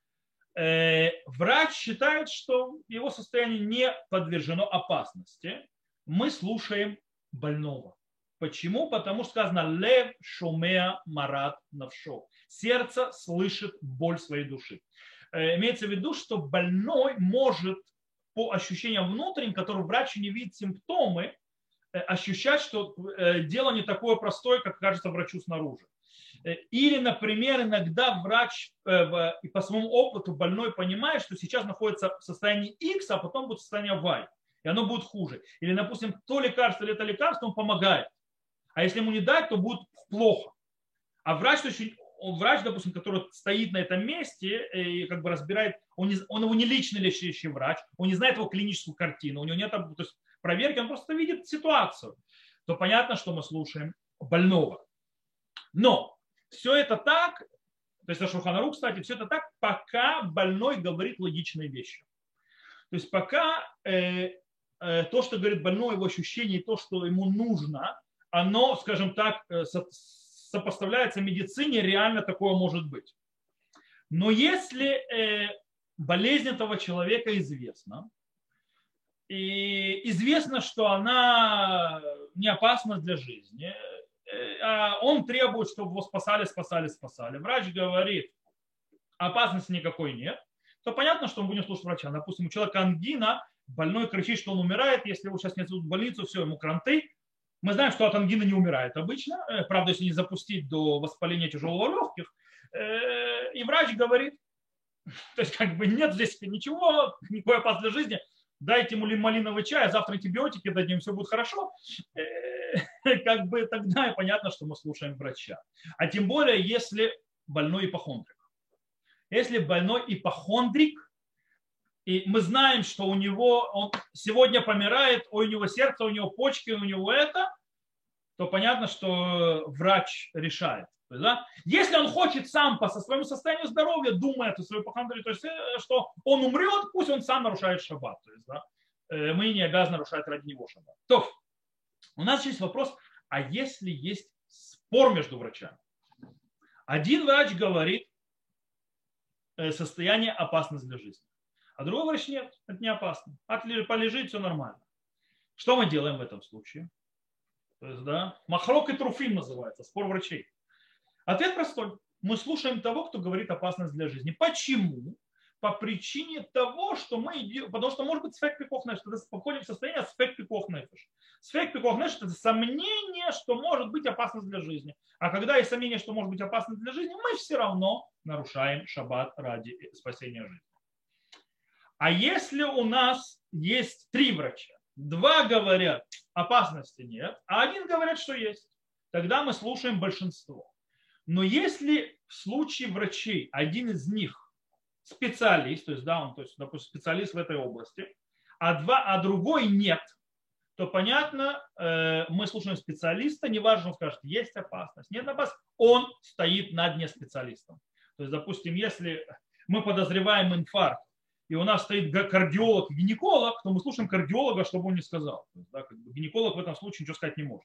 Врач считает, что его состояние не подвержено опасности. Мы слушаем больного. Почему? Потому что сказано «Лев шумеа марат навшо». Сердце слышит боль своей души. Имеется в виду, что больной может по ощущениям внутренним, которые врач не видит симптомы, ощущать, что дело не такое простое, как кажется врачу снаружи. Или, например, иногда врач и по своему опыту больной понимает, что сейчас находится в состоянии X, а потом будет состояние Y, и оно будет хуже. Или, допустим, то лекарство или это лекарство, он помогает. А если ему не дать, то будет плохо. А врач, то есть, врач, допустим, который стоит на этом месте и как бы разбирает, он, не, он его не личный лечащий врач, он не знает его клиническую картину, у него нет то есть, проверки, он просто видит ситуацию. То понятно, что мы слушаем больного. Но все это так, то есть Шулхан Арух, кстати, все это так, пока больной говорит логичные вещи. То есть пока э, э, то, что говорит больной, его ощущение, то, что ему нужно, оно, скажем так, со, сопоставляется медицине, реально такое может быть. Но если э, болезнь этого человека известна, и известно, что она не опасна для жизни, он требует, чтобы его спасали, спасали, спасали. Врач говорит, опасности никакой нет, то понятно, что мы будем слушать врача. Допустим, у человека ангина, больной кричит, что он умирает, если его сейчас не отвезут в больницу, все, ему кранты. Мы знаем, что от ангины не умирает обычно, правда, если не запустить до воспаления тяжелого легких, и врач говорит, то есть как бы нет здесь ничего, никакой опасности для жизни, дайте ему малиновый чай, а завтра антибиотики дадим, все будет хорошо, как бы тогда понятно, что мы слушаем врача. А тем более, если больной ипохондрик. Если больной ипохондрик, и мы знаем, что у него, он сегодня помирает, у него сердце, у него почки, у него это, то понятно, что врач решает. То есть, да, если он хочет сам по своему состоянию здоровья, думает о своей ипохондрии, то есть, что он умрет, пусть он сам нарушает шаббат. То есть, да, мы не обязаны нарушать ради него шаббат. То, у нас есть вопрос, а если есть спор между врачами? Один врач говорит, состояние опасность для жизни. А другой врач нет, это не опасно. Полежит, все нормально. Что мы делаем в этом случае? То есть, да, махлок и труфим называется, спор врачей. Ответ простой. Мы слушаем того, кто говорит опасность для жизни. Почему? По причине того, что мы идем, потому что может быть сфек пикох нефеш, тогда входим в состояние сфек пикох нефеш. Сфек пикох нефеш это сомнение, что может быть опасность для жизни. А когда есть сомнение, что может быть опасность для жизни, мы все равно нарушаем шаббат ради спасения жизни. А если у нас есть три врача, два говорят, опасности нет, а один говорит, что есть, тогда мы слушаем большинство. Но если в случае врачей один из них специалист, то есть, да, он, то есть, допустим, специалист в этой области, а, два, а другой нет, то понятно, мы слушаем специалиста, неважно, он скажет, есть опасность, нет опасности, он стоит над неспециалистом. То есть, допустим, если мы подозреваем инфаркт, и у нас стоит кардиолог и гинеколог, то мы слушаем кардиолога, чтобы он не сказал. То есть, да, как бы гинеколог в этом случае ничего сказать не может.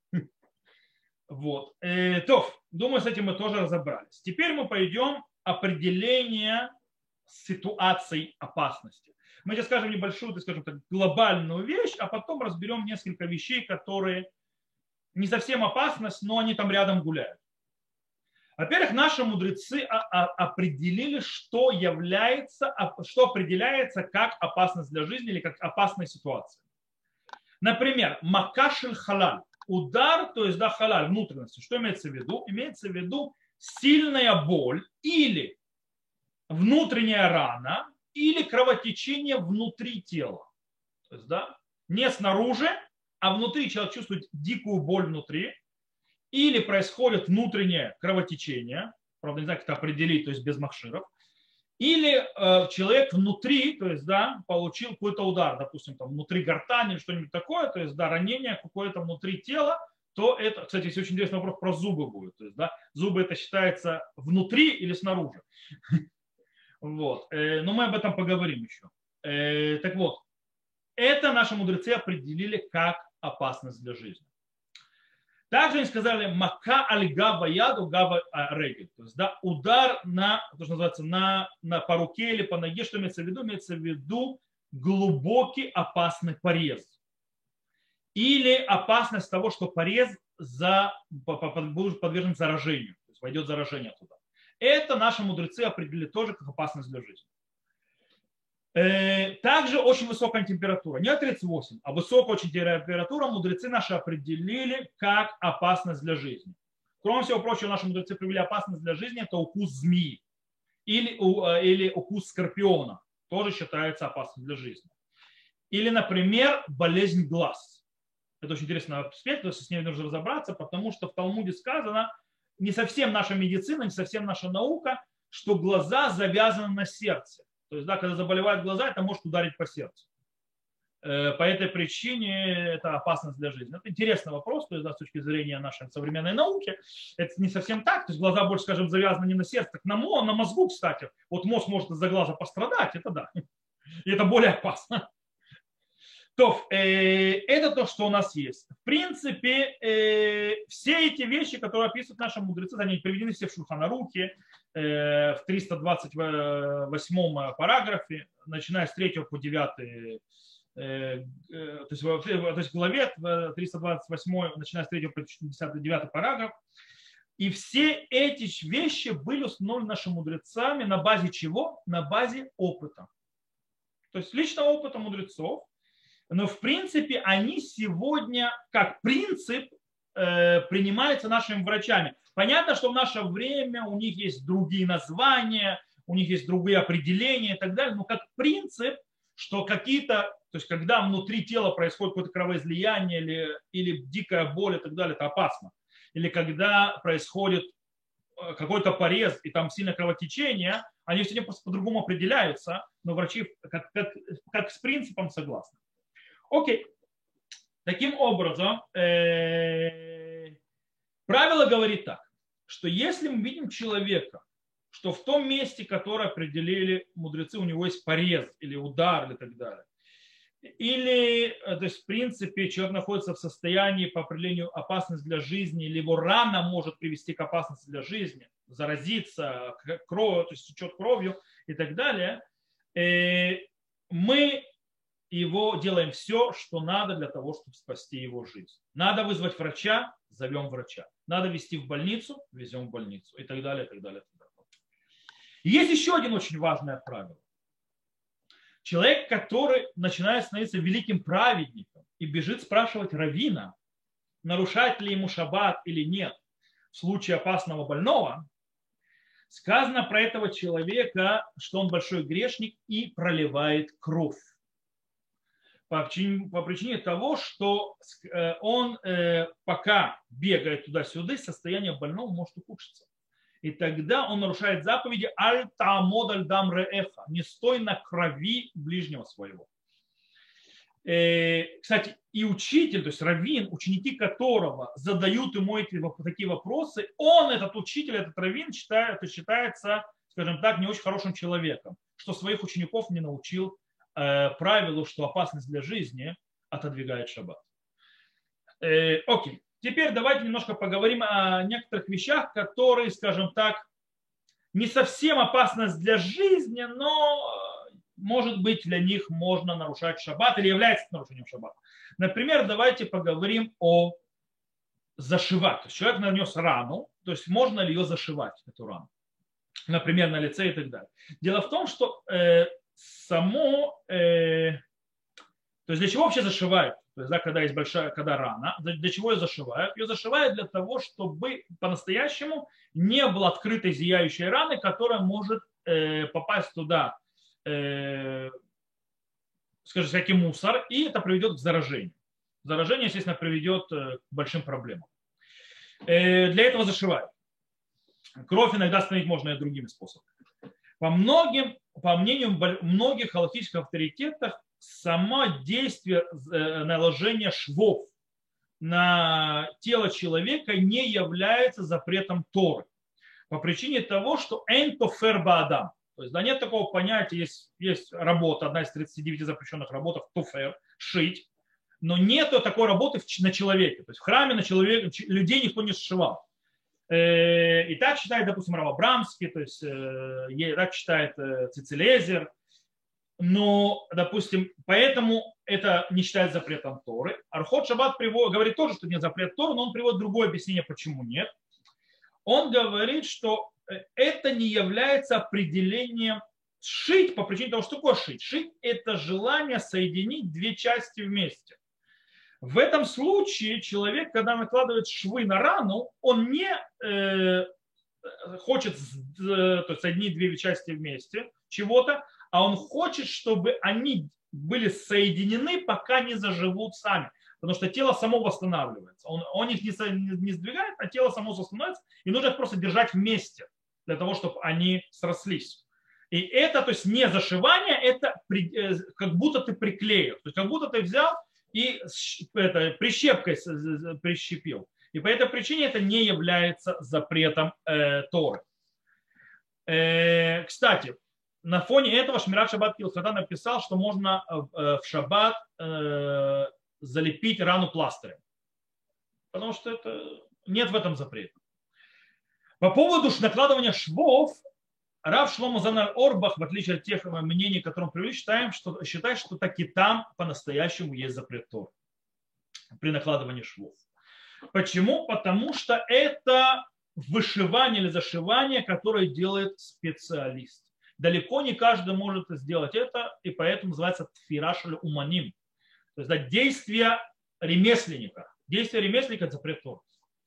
Вот. То, думаю, с этим мы тоже разобрались. Теперь мы пойдем определение ситуаций опасности. Мы сейчас скажем небольшую, так скажем так, глобальную вещь, а потом разберем несколько вещей, которые не совсем опасность, но они там рядом гуляют. Во-первых, наши мудрецы определили, что является, что определяется как опасность для жизни или как опасная ситуация. Например, макашель халаль. Удар, то есть да, халаль, внутренности. Что имеется в виду? Имеется в виду сильная боль или внутренняя рана или кровотечение внутри тела. То есть, да, не снаружи, а внутри человек чувствует дикую боль внутри. Или происходит внутреннее кровотечение, правда, не знаю, как это определить, то есть без махширов, или э, человек внутри, то есть, да, получил какой-то удар, допустим, там, внутри гортани или что-нибудь такое, то есть, да, ранение какое-то внутри тела, то это, кстати, если очень интересный вопрос про зубы будет, то есть, да, зубы это считается внутри или снаружи. Вот, но мы об этом поговорим еще. Так вот, это наши мудрецы определили как опасность для жизни. Также они сказали мака аль гава яду гава регель. То есть, да, удар на, то, что называется, на, на, по руке или по ноге. Что имеется в виду? Имеется в виду глубокий опасный порез. Или опасность того, что порез за, будет подвержен заражению. То есть войдет заражение туда. Это наши мудрецы определили тоже как опасность для жизни. Также очень высокая температура, не тридцать восемь, а высокая очень температура мудрецы наши определили как опасность для жизни. Кроме всего прочего, наши мудрецы привели опасность для жизни, это укус змеи или, или укус скорпиона, тоже считается опасным для жизни. Или, например, болезнь глаз. Это очень интересный аспект, то есть с ней нужно разобраться, потому что в Талмуде сказано, не совсем наша медицина, не совсем наша наука, что глаза завязаны на сердце. То есть, да, когда заболевают глаза, это может ударить по сердцу. По этой причине это опасность для жизни. Это интересный вопрос, то есть, да, с точки зрения нашей современной науки. Это не совсем так. То есть глаза больше, скажем, завязаны не на сердце, так на, на мозгу, кстати. Вот мозг может из-за глаза пострадать, это да. И это более опасно. То, э, это то, что у нас есть. В принципе, э, все эти вещи, которые описывают наши мудрецы, они приведены все в Шулхан Арухе, э, в триста двадцать восьмом параграфе, начиная с третьего по девятый, э, э, то, есть, в, то есть в главе триста двадцать восьмой, начиная с третьего по девятый параграф. И все эти вещи были установлены нашими мудрецами на базе чего? На базе опыта. То есть личного опыта мудрецов. Но в принципе они сегодня, как принцип, э, принимается нашими врачами. Понятно, что в наше время у них есть другие названия, у них есть другие определения и так далее, но как принцип, что какие-то, то есть когда внутри тела происходит какое-то кровоизлияние или, или дикая боль и так далее, это опасно. Или когда происходит какой-то порез и там сильное кровотечение, они все по-другому определяются, но врачи как, как, как с принципом согласны. Окей. Таким образом, э, правило говорит так, что если мы видим человека, что в том месте, которое определили мудрецы, у него есть порез или удар или так далее, или, то есть, в принципе, человек находится в состоянии по определению опасности для жизни, или его рана может привести к опасности для жизни, заразиться кровью, то есть течет кровью и так далее, мы его делаем все, что надо для того, чтобы спасти его жизнь. Надо вызвать врача, зовем врача. Надо везти в больницу, везем в больницу и так далее, и так далее. И так далее. Есть еще один очень важное правило. Человек, который начинает становиться великим праведником и бежит спрашивать раввина, нарушает ли ему шаббат или нет в случае опасного больного, сказано про этого человека, что он большой грешник и проливает кровь. По причине, по причине того, что он пока бегает туда-сюда, состояние больного может ухудшиться. И тогда он нарушает заповеди «Аль таамод аль дам реэха» – «Не стой на крови ближнего своего». Кстати, и учитель, то есть раввин, ученики которого задают ему эти, такие вопросы, он, этот учитель, этот раввин, считает, считается, скажем так, не очень хорошим человеком, что своих учеников не научил э, правилу, что опасность для жизни отодвигает шаббат. Э, окей. Теперь давайте немножко поговорим о некоторых вещах, которые, скажем так, не совсем опасность для жизни, но, может быть, для них можно нарушать шаббат или является нарушением шаббата. Например, давайте поговорим о зашивать. То есть человек нанес рану, то есть можно ли ее зашивать, эту рану, например, на лице и так далее. Дело в том, что э, само, э, то есть для чего вообще зашивают? То есть, да, когда есть большая, когда рана, для чего ее зашивают? Ее зашивают для того, чтобы по-настоящему не было открытой зияющей раны, которая может э, попасть туда, э, скажем, всякий мусор, и это приведет к заражению. Заражение, естественно, приведет к большим проблемам. Э, для этого зашивают. Кровь иногда остановить можно и другими способами. По многим, по мнению многих галактических авторитетов, само действие наложения швов на тело человека не является запретом Торы. По причине того, что «эн тофер баадам». То есть да, нет такого понятия, есть, есть работа, одна из тридцати девяти запрещенных работ, тофер, шить, но нет такой работы на человеке. То есть в храме на человека, людей никто не сшивал. И так считает, допустим, Рав Абрамский, то есть так считает Цицелезер. Но, допустим, поэтому это не считается запретом Торы. Архот Шаббат приводит, говорит тоже, что нет запрет Торы, но он приводит другое объяснение, почему нет. Он говорит, что это не является определением шить по причине того, что такое шить. Шить – это желание соединить две части вместе. В этом случае человек, когда накладывает швы на рану, он не э, хочет э, то есть, соединить две части вместе чего-то, а он хочет, чтобы они были соединены, пока не заживут сами. Потому что тело само восстанавливается. Он, он их не, не сдвигает, а тело само восстанавливается. И нужно их просто держать вместе, для того, чтобы они срослись. И это, то есть не зашивание, это при, как будто ты приклеил. То есть как будто ты взял и это, прищепкой прищепил. И по этой причине это не является запретом э, Торы. Э, кстати, на фоне этого Шмират Шаббат Килхата написал, что можно в шаббат э, залепить рану пластырем. Потому что это, нет в этом запрета. По поводу накладывания швов, Рав Шломо Зальман Орбах, в отличие от тех мнений, которые он привел, считаем, что, считает, что таки там по-настоящему есть запрет Торы при накладывании швов. Почему? Потому что это вышивание или зашивание, которое делает специалист. Далеко не каждый может сделать это, и поэтому называется тфира шель уманим. То есть да, действие ремесленника. Действие ремесленника – это запрет Торы.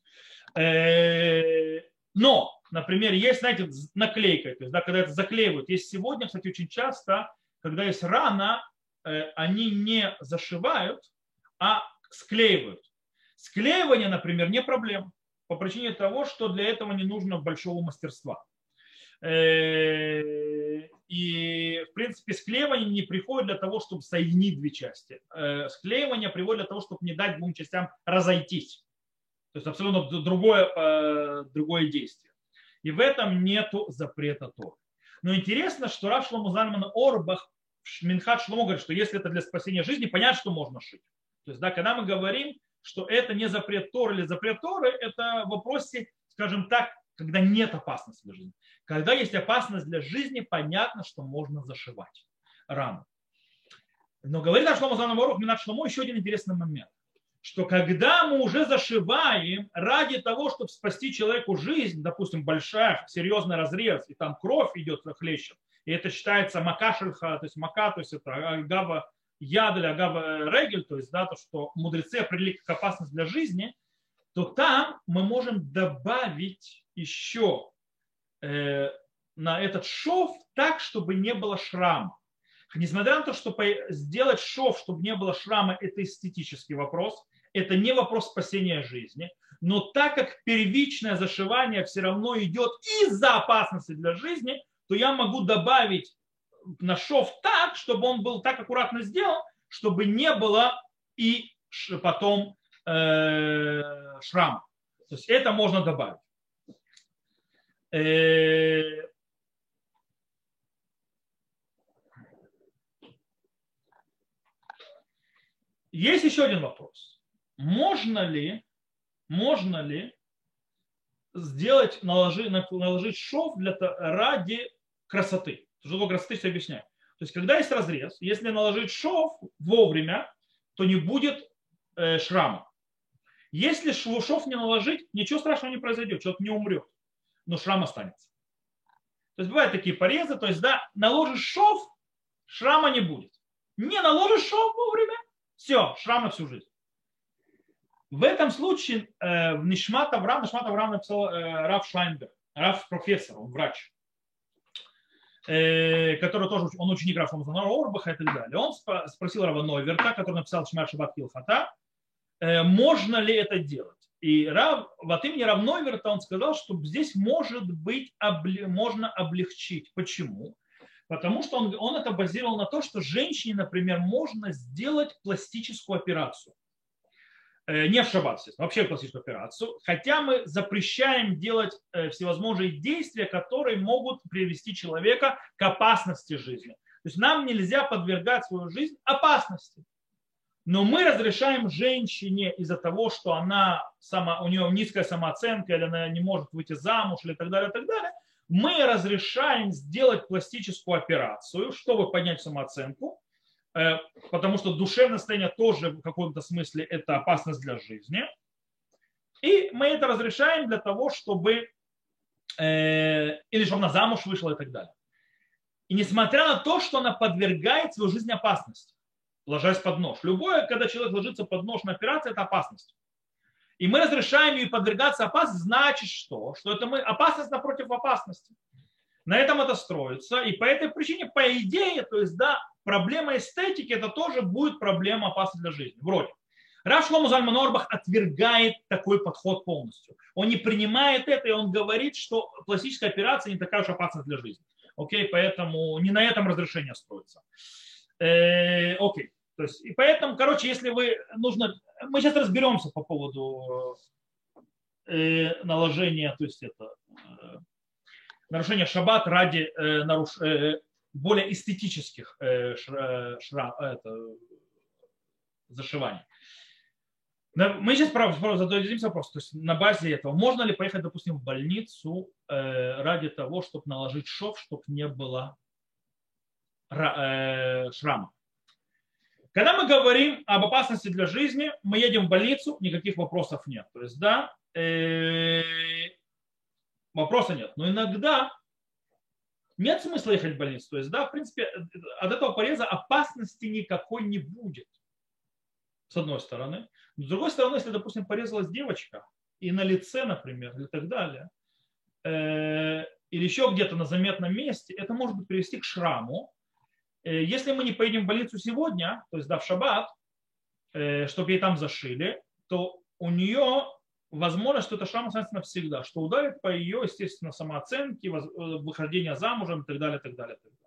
Но, например, есть, знаете, наклейка, то есть, да, когда это заклеивают. Есть сегодня, кстати, очень часто, когда есть рана, они не зашивают, а склеивают. Склеивание, например, не проблема. По причине того, что для этого не нужно большого мастерства. И, в принципе, склеивание не приходит для того, чтобы соединить две части. Склеивание приводит для того, чтобы не дать двум частям разойтись. То есть абсолютно другое, другое действие. И в этом нет запрета Торы. Но интересно, что Рав Шломо Зальман Орбах, Минхат Шломо говорит, что если это для спасения жизни, понятно, что можно шить. То есть, да, когда мы говорим, что это не запрет Торы или запрет Торы, это в вопросе, скажем так, когда нет опасности для жизни. Когда есть опасность для жизни, понятно, что можно зашивать рану. Но говорит Рав Шломо Зальман Орбах, Минхат Шломо, еще один интересный момент. Что когда мы уже зашиваем ради того, чтобы спасти человеку жизнь, допустим, большая, серьезный разрез, и там кровь идет хлещет, и это считается макашельха, то есть мака, то есть это агава яд или агава регель, то есть да, то, что мудрецы определили как опасность для жизни, то там мы можем добавить еще э, на этот шов так, чтобы не было шрама. Несмотря на то, что сделать шов, чтобы не было шрама, это эстетический вопрос, это не вопрос спасения жизни, но так как первичное зашивание все равно идет из-за опасности для жизни, то я могу добавить на шов так, чтобы он был так аккуратно сделан, чтобы не было и потом э, шрама. То есть это можно добавить. Э, Есть еще один вопрос. Можно ли, можно ли сделать, наложить, наложить шов для, ради красоты? Что такое красоты, все объясняю. То есть, когда есть разрез, если наложить шов вовремя, то не будет э, шрама. Если шов не наложить, ничего страшного не произойдет, человек не умрет, но шрам останется. То есть, бывают такие порезы, то есть, да, наложишь шов, шрама не будет. Не наложишь шов вовремя, все, шрам на всю жизнь. В этом случае э, в Нишмат Авраам, Нишмат Авраам написал э, Рав Шлайнберг, Рав профессор, он врач, э, который тоже, он ученик Рав Шломо Орбаха и так далее. Он сп- спросил Рава Нойверта, который написал Шмар Шаббат Килхата, э, можно ли это делать. И Рав, от имени Рав Нойверта он сказал, что здесь может быть, обле, можно облегчить. Почему? Потому что он, он это базировал на том, что женщине, например, можно сделать пластическую операцию. Не в шаббат, естественно, вообще пластическую операцию. Хотя мы запрещаем делать всевозможные действия, которые могут привести человека к опасности жизни. То есть нам нельзя подвергать свою жизнь опасности. Но мы разрешаем женщине из-за того, что она сама, у нее низкая самооценка, или она не может выйти замуж, или так далее, так далее, мы разрешаем сделать пластическую операцию, чтобы поднять самооценку, потому что душевное состояние тоже в каком-то смысле это опасность для жизни. И мы это разрешаем для того, чтобы или чтобы она замуж вышла и так далее. И несмотря на то, что она подвергает свою жизнь опасности, ложась под нож. Любое, когда человек ложится под нож на операцию, это опасность. И мы разрешаем ей подвергаться опасности, значит что? Что это мы опасность напротив опасности. На этом это строится. И по этой причине, по идее, то есть, да, проблема эстетики, это тоже будет проблема опасности для жизни. Вроде. Рав Шломо Зальман Орбах отвергает такой подход полностью. Он не принимает это, и он говорит, что пластическая операция не такая уж опасность для жизни. Окей, поэтому не на этом разрешение строится. Э, окей. То есть, и поэтому, короче, если вы нужно... Мы сейчас разберемся по поводу э, наложения, то есть это... Э, нарушения шаббат ради э, наруш... э, более эстетических э, шра... Шра... это, зашиваний. Мы сейчас зададимся вопрос, то есть на базе этого, можно ли поехать, допустим, в больницу э, ради того, чтобы наложить шов, чтобы не было э, шрама. Когда мы говорим об опасности для жизни, мы едем в больницу, никаких вопросов нет. То есть, да, э, вопроса нет. Но иногда нет смысла ехать в больницу. То есть, да, в принципе, от этого пореза опасности никакой не будет. с одной стороны. С другой стороны, если, допустим, порезалась девочка, и на лице, например, и так далее, э, или еще где-то на заметном месте, это может привести к шраму. Э, если мы не поедем в больницу сегодня, то есть да, в шаббат, э, чтобы ей там зашили, то у нее возможно, что это шрам останется навсегда, что ударит по ее, естественно, самооценке, выхождение замужем и так далее, и так далее. И так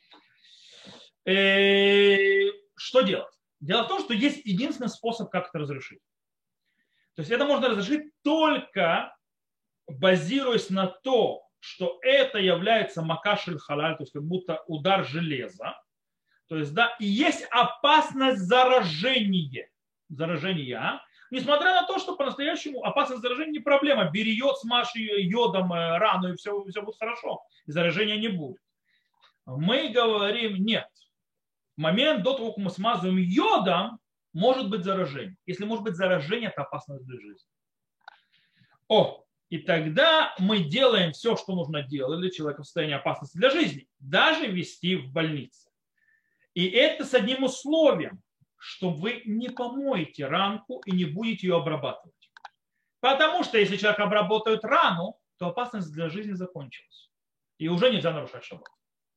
далее. И что делать? Дело в том, что есть единственный способ, как это разрешить. То есть это можно разрешить только базируясь на то, что это является макашель халаль, то есть как будто удар железа. То есть, да, и есть опасность заражения. Заражения. Несмотря на то, что по-настоящему опасность заражения не проблема. Бери йод, смажь йодом рану, и все, все будет хорошо. И заражения не будет. Мы говорим нет. В момент до того, как мы смазываем йодом, может быть заражение. Если может быть заражение, это опасность для жизни. О, и тогда мы делаем все, что нужно делать для человека в состоянии опасности для жизни. Даже везти в больницу. И это с одним условием, что вы не помоете ранку и не будете ее обрабатывать. Потому что если человек обработает рану, то опасность для жизни закончилась. И уже нельзя нарушать шаббат.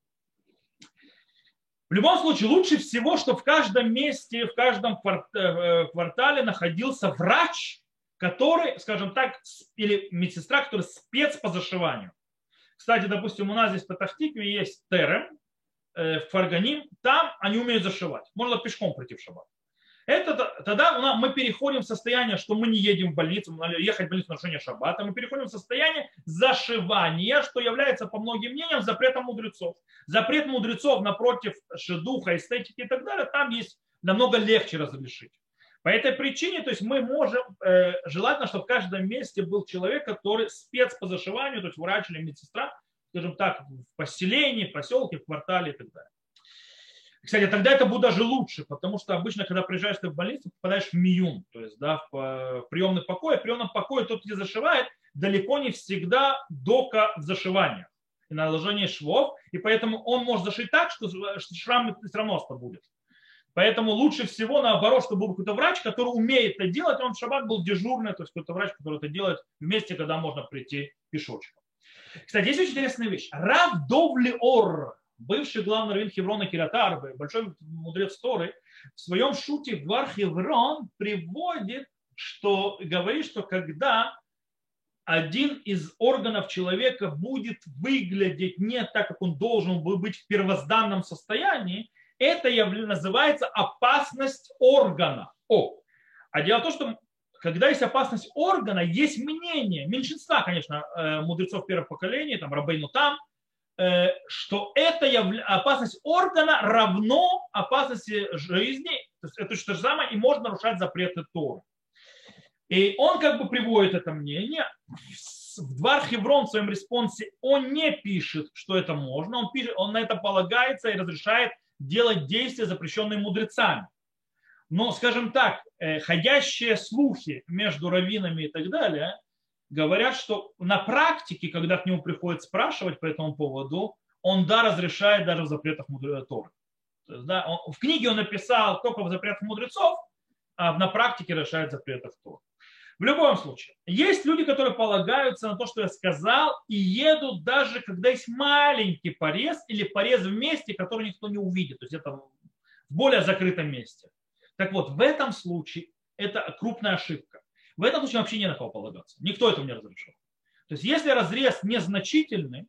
В любом случае, лучше всего, чтобы в каждом месте, в каждом квартале находился врач, который, скажем так, или медсестра, который спец по зашиванию. Кстати, допустим, у нас здесь в Петах-Тикве есть терем, в Фарганим, там они умеют зашивать. Можно пешком пройти в шаббат. Это, тогда мы переходим в состояние, что мы не едем в больницу, ехать в больницу в нарушение шаббата, мы переходим в состояние зашивания, что является, по многим мнениям, запретом мудрецов. Запрет мудрецов напротив духа, эстетики и так далее, там есть намного легче разрешить. По этой причине, то есть мы можем, э, желательно, чтобы в каждом месте был человек, который спец по зашиванию, то есть врач или медсестра, скажем так, в поселении, в поселке, в квартале и так далее. Кстати, тогда это будет даже лучше, потому что обычно, когда приезжаешь ты в больницу, попадаешь в миюн, то есть да, в приемный покой. В приемном покое тот, кто зашивает, далеко не всегда дока в зашиваниях и наложение швов, и поэтому он может зашить так, что шрам все равно будет. Поэтому лучше всего, наоборот, чтобы был какой-то врач, который умеет это делать, он в шаббат был дежурный, то есть какой-то врач, который это делает вместе, когда можно прийти пешочком. Кстати, есть очень интересная вещь. Рав Довли Ор, бывший главный раввин Хеврона Кирьят Арбы, большой мудрец Торы, в своем шуте в Двар Хеврон приводит, что говорит, что когда один из органов человека будет выглядеть не так, как он должен был быть в первозданном состоянии, это называется опасность органа. О. А дело в том, что когда есть опасность органа, есть мнение, меньшинства, конечно, мудрецов первого поколения, там Рабейну Там, что это опасность органа равно опасности жизни, то есть это то же самое, и можно нарушать запреты Торы. И он как бы приводит это мнение. В Двар Хеврон в своем респонсе он не пишет, что это можно, он, пишет, он на это полагается и разрешает делать действия, запрещенные мудрецами. Но, скажем так, ходящие слухи между раввинами и так далее говорят, что на практике, когда к нему приходят спрашивать по этому поводу, он, да, разрешает даже в запретах Торы. То есть, да, он, в книге он написал только в запретах мудрецов, а на практике решает в запретах Торы. В любом случае, есть люди, которые полагаются на то, что я сказал, и едут даже, когда есть маленький порез или порез в месте, который никто не увидит, то есть это в более закрытом месте. Так вот, в этом случае это крупная ошибка. В этом случае вообще не на кого полагаться. Никто этого не разрешил. То есть если разрез незначительный,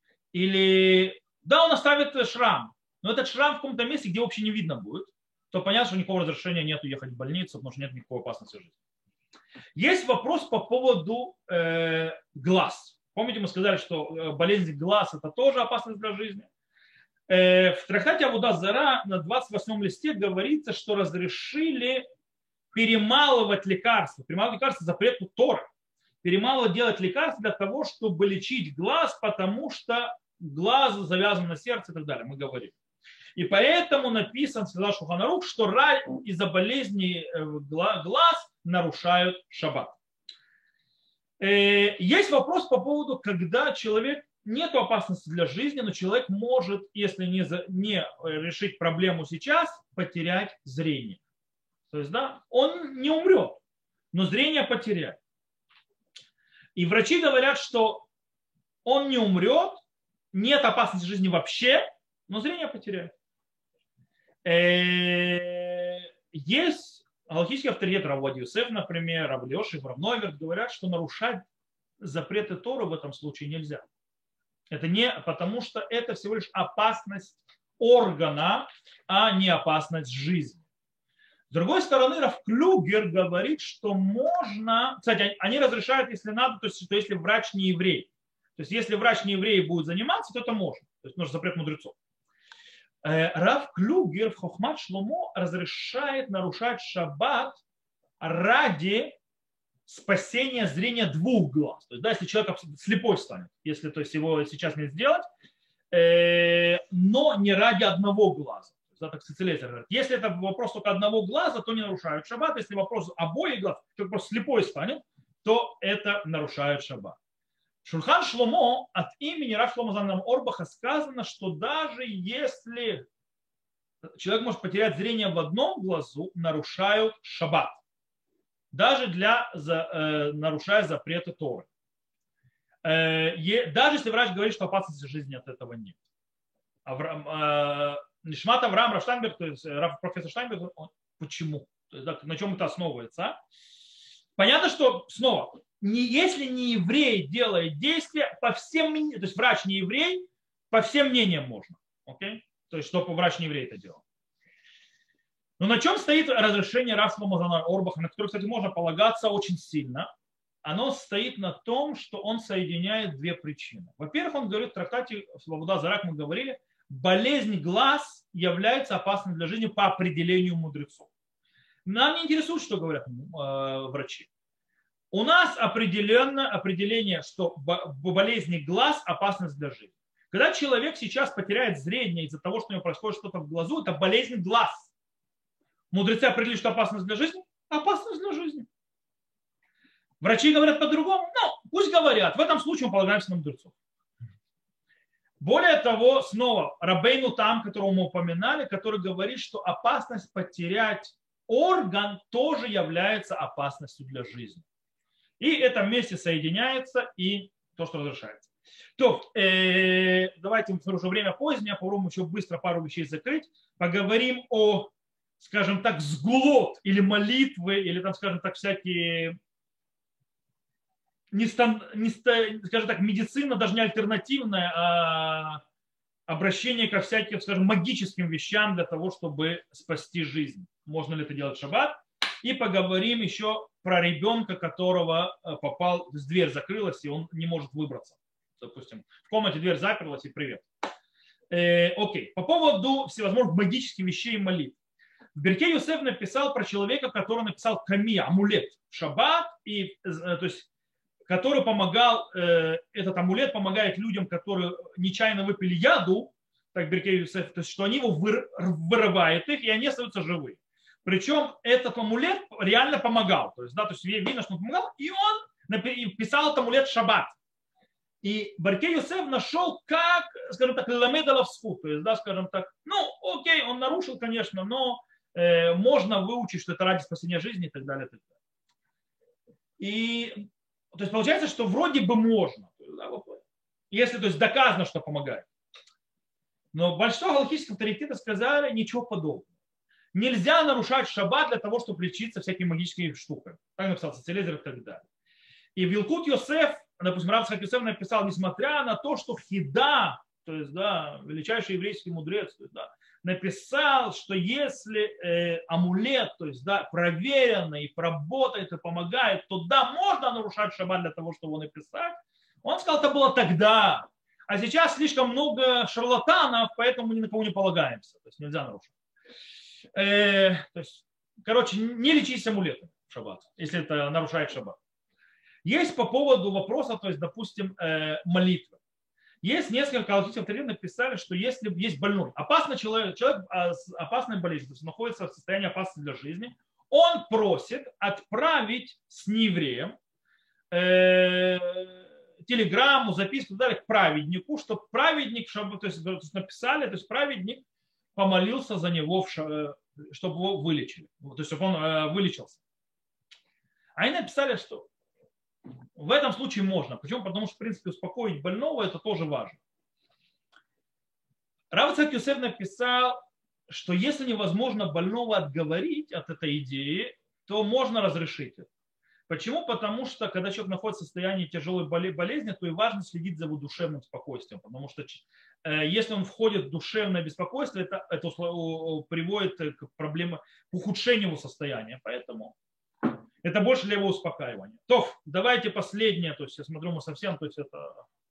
или да, он оставит шрам, но этот шрам в каком-то месте, где вообще не видно будет, то понятно, что никакого разрешения нет ехать в больницу, потому что нет никакой опасности жизни. Есть вопрос по поводу э, глаз. Помните, мы сказали, что болезнь глаз это тоже опасность для жизни. Э, в трактате Авода Зара на двадцать восьмом листе говорится, что разрешили перемалывать лекарства. Перемалывать лекарства запрет Торы. Перемалывать делать лекарства для того, чтобы лечить глаз, потому что глаз завязан на сердце и так далее. Мы говорим. И поэтому написан, сказал Шулхан Арух, что из-за болезни глаз нарушают шаббат. Есть вопрос по поводу, когда человек, нет опасности для жизни, но человек может, если не, за, не решить проблему сейчас, потерять зрение. То есть, да, он не умрет, но зрение потеряет. И врачи говорят, что он не умрет, нет опасности жизни вообще, но зрение потеряет. Есть галахический авторитет Рав Овадия Йосеф, например, Рав Леши, Рав Нойверт говорят, что нарушать запреты Торы в этом случае нельзя. Это не потому, что это всего лишь опасность органа, а не опасность жизни. С другой стороны, Рав Клюгер говорит, что можно... Кстати, они разрешают, если надо, то есть что если врач не еврей. То есть если врач не еврей будет заниматься, то это можно. То есть нужно запрет мудрецов. Рав Клюгер в Хохмат Шломо разрешает нарушать шаббат ради спасения зрения двух глаз. То есть, да, если человек слепой станет, если то есть, его сейчас не сделать, э, но не ради одного глаза. Да, так Цицилезер говорит. Если это вопрос только одного глаза, то не нарушают шаббат. Если вопрос обоих глаз, человек просто слепой станет, то это нарушает шаббат. Шульхан Шломо от имени Рав Шломо Зальмана Орбаха сказано, что даже если человек может потерять зрение в одном глазу, нарушают шаббат. Даже для, за, э, нарушая запреты Торы. Э, е, даже если врач говорит, что опасности жизни от этого нет. Авраам, э, Нишмат Авраам Рав Штайнберг, то есть Рав, профессор Штайнберг, он, почему? То есть, да, на чем это основывается? Понятно, что снова, не, если не еврей делает действия, по всем, то есть врач не еврей, по всем мнениям можно. Okay? То есть, чтобы врач не еврей это делал. Но на чем стоит разрешение Рав Шломо Зальмана Орбаха, на которое, кстати, можно полагаться очень сильно? Оно стоит на том, что он соединяет две причины. Во-первых, он говорит в трактате «Свобода Зарак», мы говорили, болезнь глаз является опасной для жизни по определению мудрецов. Нам не интересует, что говорят э, врачи. У нас определенно определение, что болезнь глаз опасность для жизни. Когда человек сейчас потеряет зрение из-за того, что у него происходит что-то в глазу, это болезнь глаз. Мудрецы определили, что опасность для жизни? Опасность для жизни. Врачи говорят по-другому? Ну, пусть говорят. В этом случае мы полагаемся на мудрецов. Более того, снова, Рабейну Там, которого мы упоминали, который говорит, что опасность потерять орган тоже является опасностью для жизни. И это вместе соединяется и то, что разрешается. То, э, давайте, потому что уже время позднее, попробуем еще быстро пару вещей закрыть. Поговорим о, скажем так, сгулот или молитвы, или там, скажем так, всякие, не стан, не, скажем так, медицина, даже не альтернативная, а обращение ко всяким, скажем, магическим вещам для того, чтобы спасти жизнь. Можно ли это делать в шаббат? И поговорим еще про ребенка, которого попал, то есть дверь закрылась, и он не может выбраться. Допустим, в комнате дверь закрылась, и привет. Э, окей, по поводу всевозможных магических вещей и молитв. Беркей Йосеф написал про человека, который написал ками, амулет, шаббат, и, то есть, который помогал, э, этот амулет помогает людям, которые нечаянно выпили яду, так Беркей Йосеф, то есть, что они его выр, вырывают их, и они остаются живы. Причем этот амулет реально помогал. То есть, да, то есть видно, что он помогал, и он писал этот амулет шаббат. И Беркей Йосеф нашел, как, скажем так, ламед алав зхут, то есть, да, скажем так, ну, окей, он нарушил, конечно, но э, можно выучить, что это ради спасения жизни и так далее. И, так далее. И то есть получается, что вроде бы можно, если то есть доказано, что помогает. Но большинство галахических авторитетов сказали ничего подобного. Нельзя нарушать шаббат для того, чтобы лечиться всякими магическими штуками. Так написал Цицилезер и так далее. И в Илкут Йосеф, допустим, Рав Ицхак Йосеф написал, несмотря на то, что Хида, то есть, да, величайший еврейский мудрец, то есть, да, написал, что если э, амулет, то есть, да, проверенный, и проработает и помогает, то да, можно нарушать шаббат для того, чтобы его написать. Он сказал, это было тогда. А сейчас слишком много шарлатанов, поэтому мы ни на кого не полагаемся. То есть нельзя нарушать. Э, то есть, короче, не лечись амулетом в шаббат, если это нарушает шаббат. Есть по поводу вопроса, то есть, допустим, э, молитвы. Есть несколько галахических авторитетов написали, что если есть больной, опасный человек, человек с опасной болезнью, то есть находится в состоянии опасности для жизни, он просит отправить с неевреем э, телеграмму, записку и так далее к праведнику, чтобы праведник, чтобы, то есть, написали, то есть праведник помолился за него в, чтобы его вылечили, то есть чтобы он э, вылечился. Они написали, что в этом случае можно. Почему? Потому что, в принципе, успокоить больного это тоже важно. Рав Ицхак Йосеф написал, что если невозможно больного отговорить от этой идеи, то можно разрешить это. Почему? Потому что, когда человек находится в состоянии тяжелой болезни, то и важно следить за его душевным спокойствием. Потому что э, если он входит в душевное беспокойство, это, это приводит к проблеме, к ухудшению его состояния. Поэтому это больше для его успокаивания. То, давайте последнее. То есть я смотрю, мы совсем, то есть это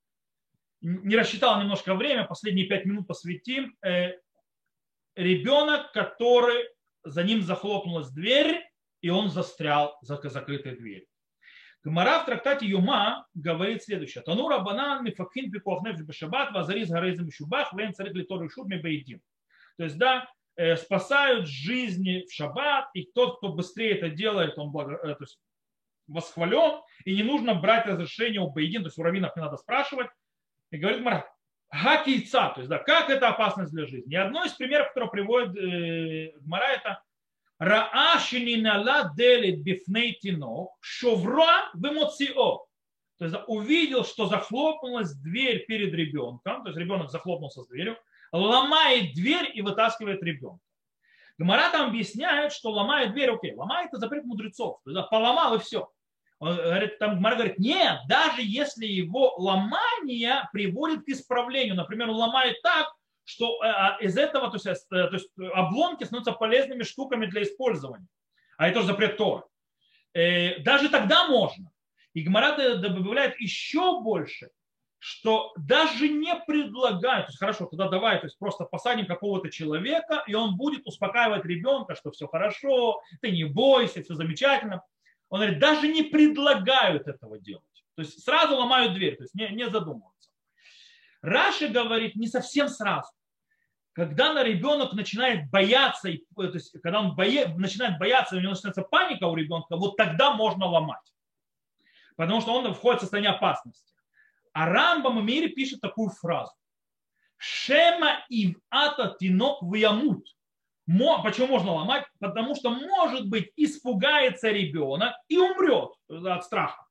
не рассчитал немножко время, последние пять минут посвятим. Э, ребенок, который за ним захлопнулась дверь, и он застрял за закрытой дверью. Гемара в трактате Юма говорит следующее. Танура банан мифакхин пикуах нефеш бешабат вазарис гарейзем шубах вен царик литор шуб мебейдим. То есть, да, э, спасают жизни в шаббат, и тот, кто быстрее это делает, он благо, э, то есть, восхвален, и не нужно брать разрешение у бейдин, то есть у раввинов не надо спрашивать. И говорит Гемара, хакийца, то есть, да, как это опасность для жизни. И одно из примеров, который приводит э, Гемара, это Раа шининала делит бифней тинох, шовра вымоцио. То есть увидел, что захлопнулась дверь перед ребенком, то есть ребенок захлопнулся с дверью, ломает дверь и вытаскивает ребенка. Гемара там объясняет, что ломает дверь, окей, ломает это запрет мудрецов, то есть, поломал и все. Он говорит, там Гемара говорит, нет, даже если его ломание приводит к исправлению, например, он ломает так, что из этого то есть, то есть обломки становятся полезными штуками для использования. А это тоже запрет Торы. Даже тогда можно. И Гемара добавляет еще больше, что даже не предлагают, то есть хорошо, тогда давай, то есть просто посадим какого-то человека, и он будет успокаивать ребенка, что все хорошо, ты не бойся, все замечательно. Он говорит, даже не предлагают этого делать. То есть сразу ломают дверь, то есть не, не задумываются. Раши говорит не совсем сразу. Когда на ребенок начинает бояться, то есть когда он бое, начинает бояться, у него начинается паника у ребенка, вот тогда можно ломать. Потому что он входит в состояние опасности. А Рамбам в мире пишет такую фразу. Шема ив ата тинок виямут. Почему можно ломать? Потому что, может быть, испугается ребенок и умрет от страха.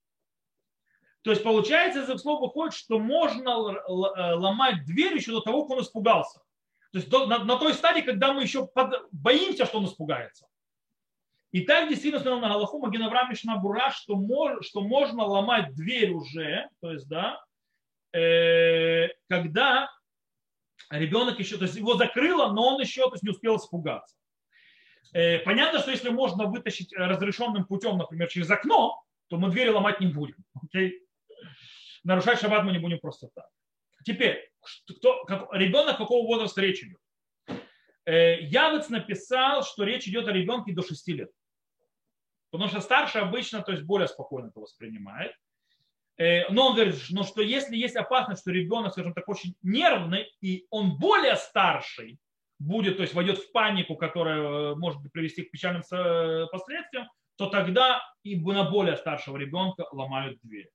То есть, получается, из их слов выходит, что можно ломать дверь еще до того, как он испугался. То есть на, на той стадии, когда мы еще под, боимся, что он испугается. И так действительно сказал на Галаху Маген Авраам Мишна Бура, что, мож, что можно ломать дверь уже, то есть, да, э, когда ребенок еще, то есть его закрыло, но он еще то есть, не успел испугаться. Э, понятно, что если можно вытащить разрешенным путем, например, через окно, то мы двери ломать не будем. Okay? Нарушать шаббат мы не будем просто так. Теперь, кто, как, ребенок какого возраста речь идет? Э, Явец написал, что речь идет о ребенке до шести лет. Потому что старший обычно то есть, более спокойно это воспринимает. Э, но он говорит, ну, что если есть опасность, что ребенок, скажем так, очень нервный, и он более старший будет, то есть войдет в панику, которая может привести к печальным последствиям, то тогда и на более старшего ребенка ломают дверь.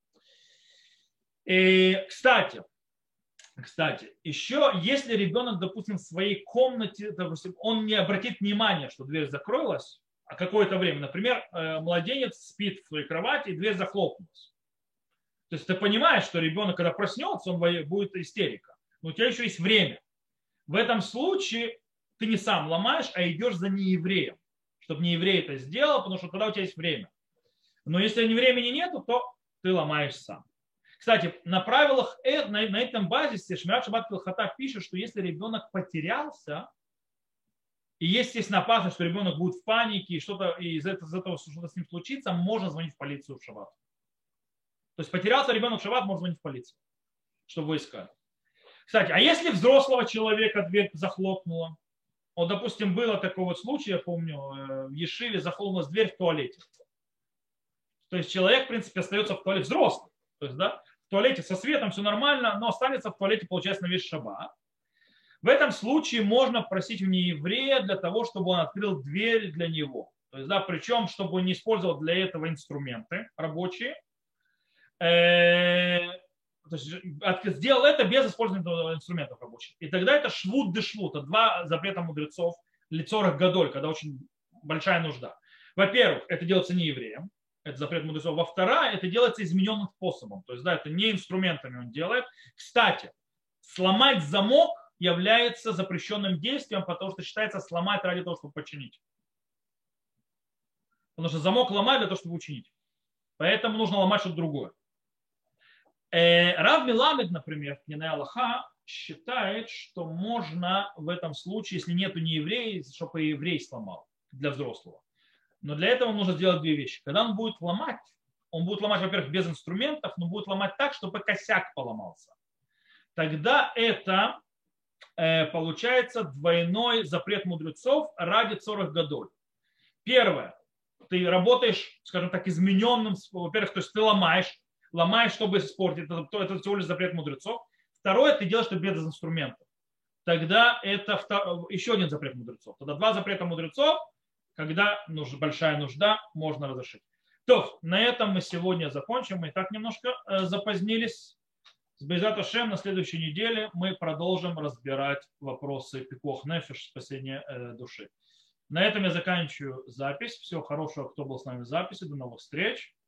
И, кстати, кстати, еще если ребенок, допустим, в своей комнате, допустим, он не обратит внимания, что дверь закрылась, а какое-то время, например, младенец спит в своей кровати, и дверь захлопнулась. То есть ты понимаешь, что ребенок, когда проснется, он будет истерика. Но у тебя еще есть время. В этом случае ты не сам ломаешь, а идешь за неевреем, чтобы нееврей это сделал, потому что тогда у тебя есть время. Но если времени нету, то ты ломаешь сам. Кстати, на правилах, на этом базисе Шмират Шаббат Килхата пишет, что если ребенок потерялся, и есть, естественно, опасность, что ребенок будет в панике, и, что-то, и из этого, из этого что-то с ним случится, можно звонить в полицию в шаббат. То есть потерялся ребенок в шаббат, можно звонить в полицию, чтобы вы искали. Кстати, а если взрослого человека дверь захлопнула, вот, допустим, было такой вот случай, я помню, в Ешиве захлопнулась дверь в туалете. То есть человек, в принципе, остается в туалете, взрослый. То есть, да, в туалете со светом все нормально, но останется в туалете, получается, на весь шаббат. В этом случае можно просить у нееврея для того, чтобы он открыл дверь для него. То есть, да, причем, чтобы он не использовал для этого инструменты рабочие. То есть, сделал это без использования инструментов рабочих. И тогда это швуд де швуд, это два запрета мудрецов лицорах гадоль, когда очень большая нужда. Во-первых, это делается не евреем, это запрет мудрецов. Во-вторых, это делается измененным способом. То есть, да, это не инструментами он делает. Кстати, сломать замок является запрещенным действием, потому что считается сломать ради того, чтобы починить. Потому что замок ломают для того, чтобы учинить. Поэтому нужно ломать что-то другое. Рав Миламед, например, в Пниней Аллаха, считает, что можно в этом случае, если нету не еврея, чтобы и еврей сломал для взрослого. Но для этого нужно сделать две вещи. Когда он будет ломать, он будет ломать, во-первых, без инструментов, но будет ломать так, чтобы косяк поломался. Тогда это э, получается двойной запрет мудрецов ради цорах гадоль. Первое. Ты работаешь, скажем так, измененным, во-первых, то есть ты ломаешь, ломаешь, чтобы испортить, это, это всего лишь запрет мудрецов. Второе, ты делаешь это без инструментов. Тогда это втор... еще один запрет мудрецов. Тогда два запрета мудрецов, когда нужна большая нужда, можно разрешить. То, на этом мы сегодня закончим. Мы и так немножко э, запозднились. С Бейзат Ашем на следующей неделе мы продолжим разбирать вопросы пикох нефеш, спасения э, души. На этом я заканчиваю запись. Всего хорошего, кто был с нами в записи. До новых встреч.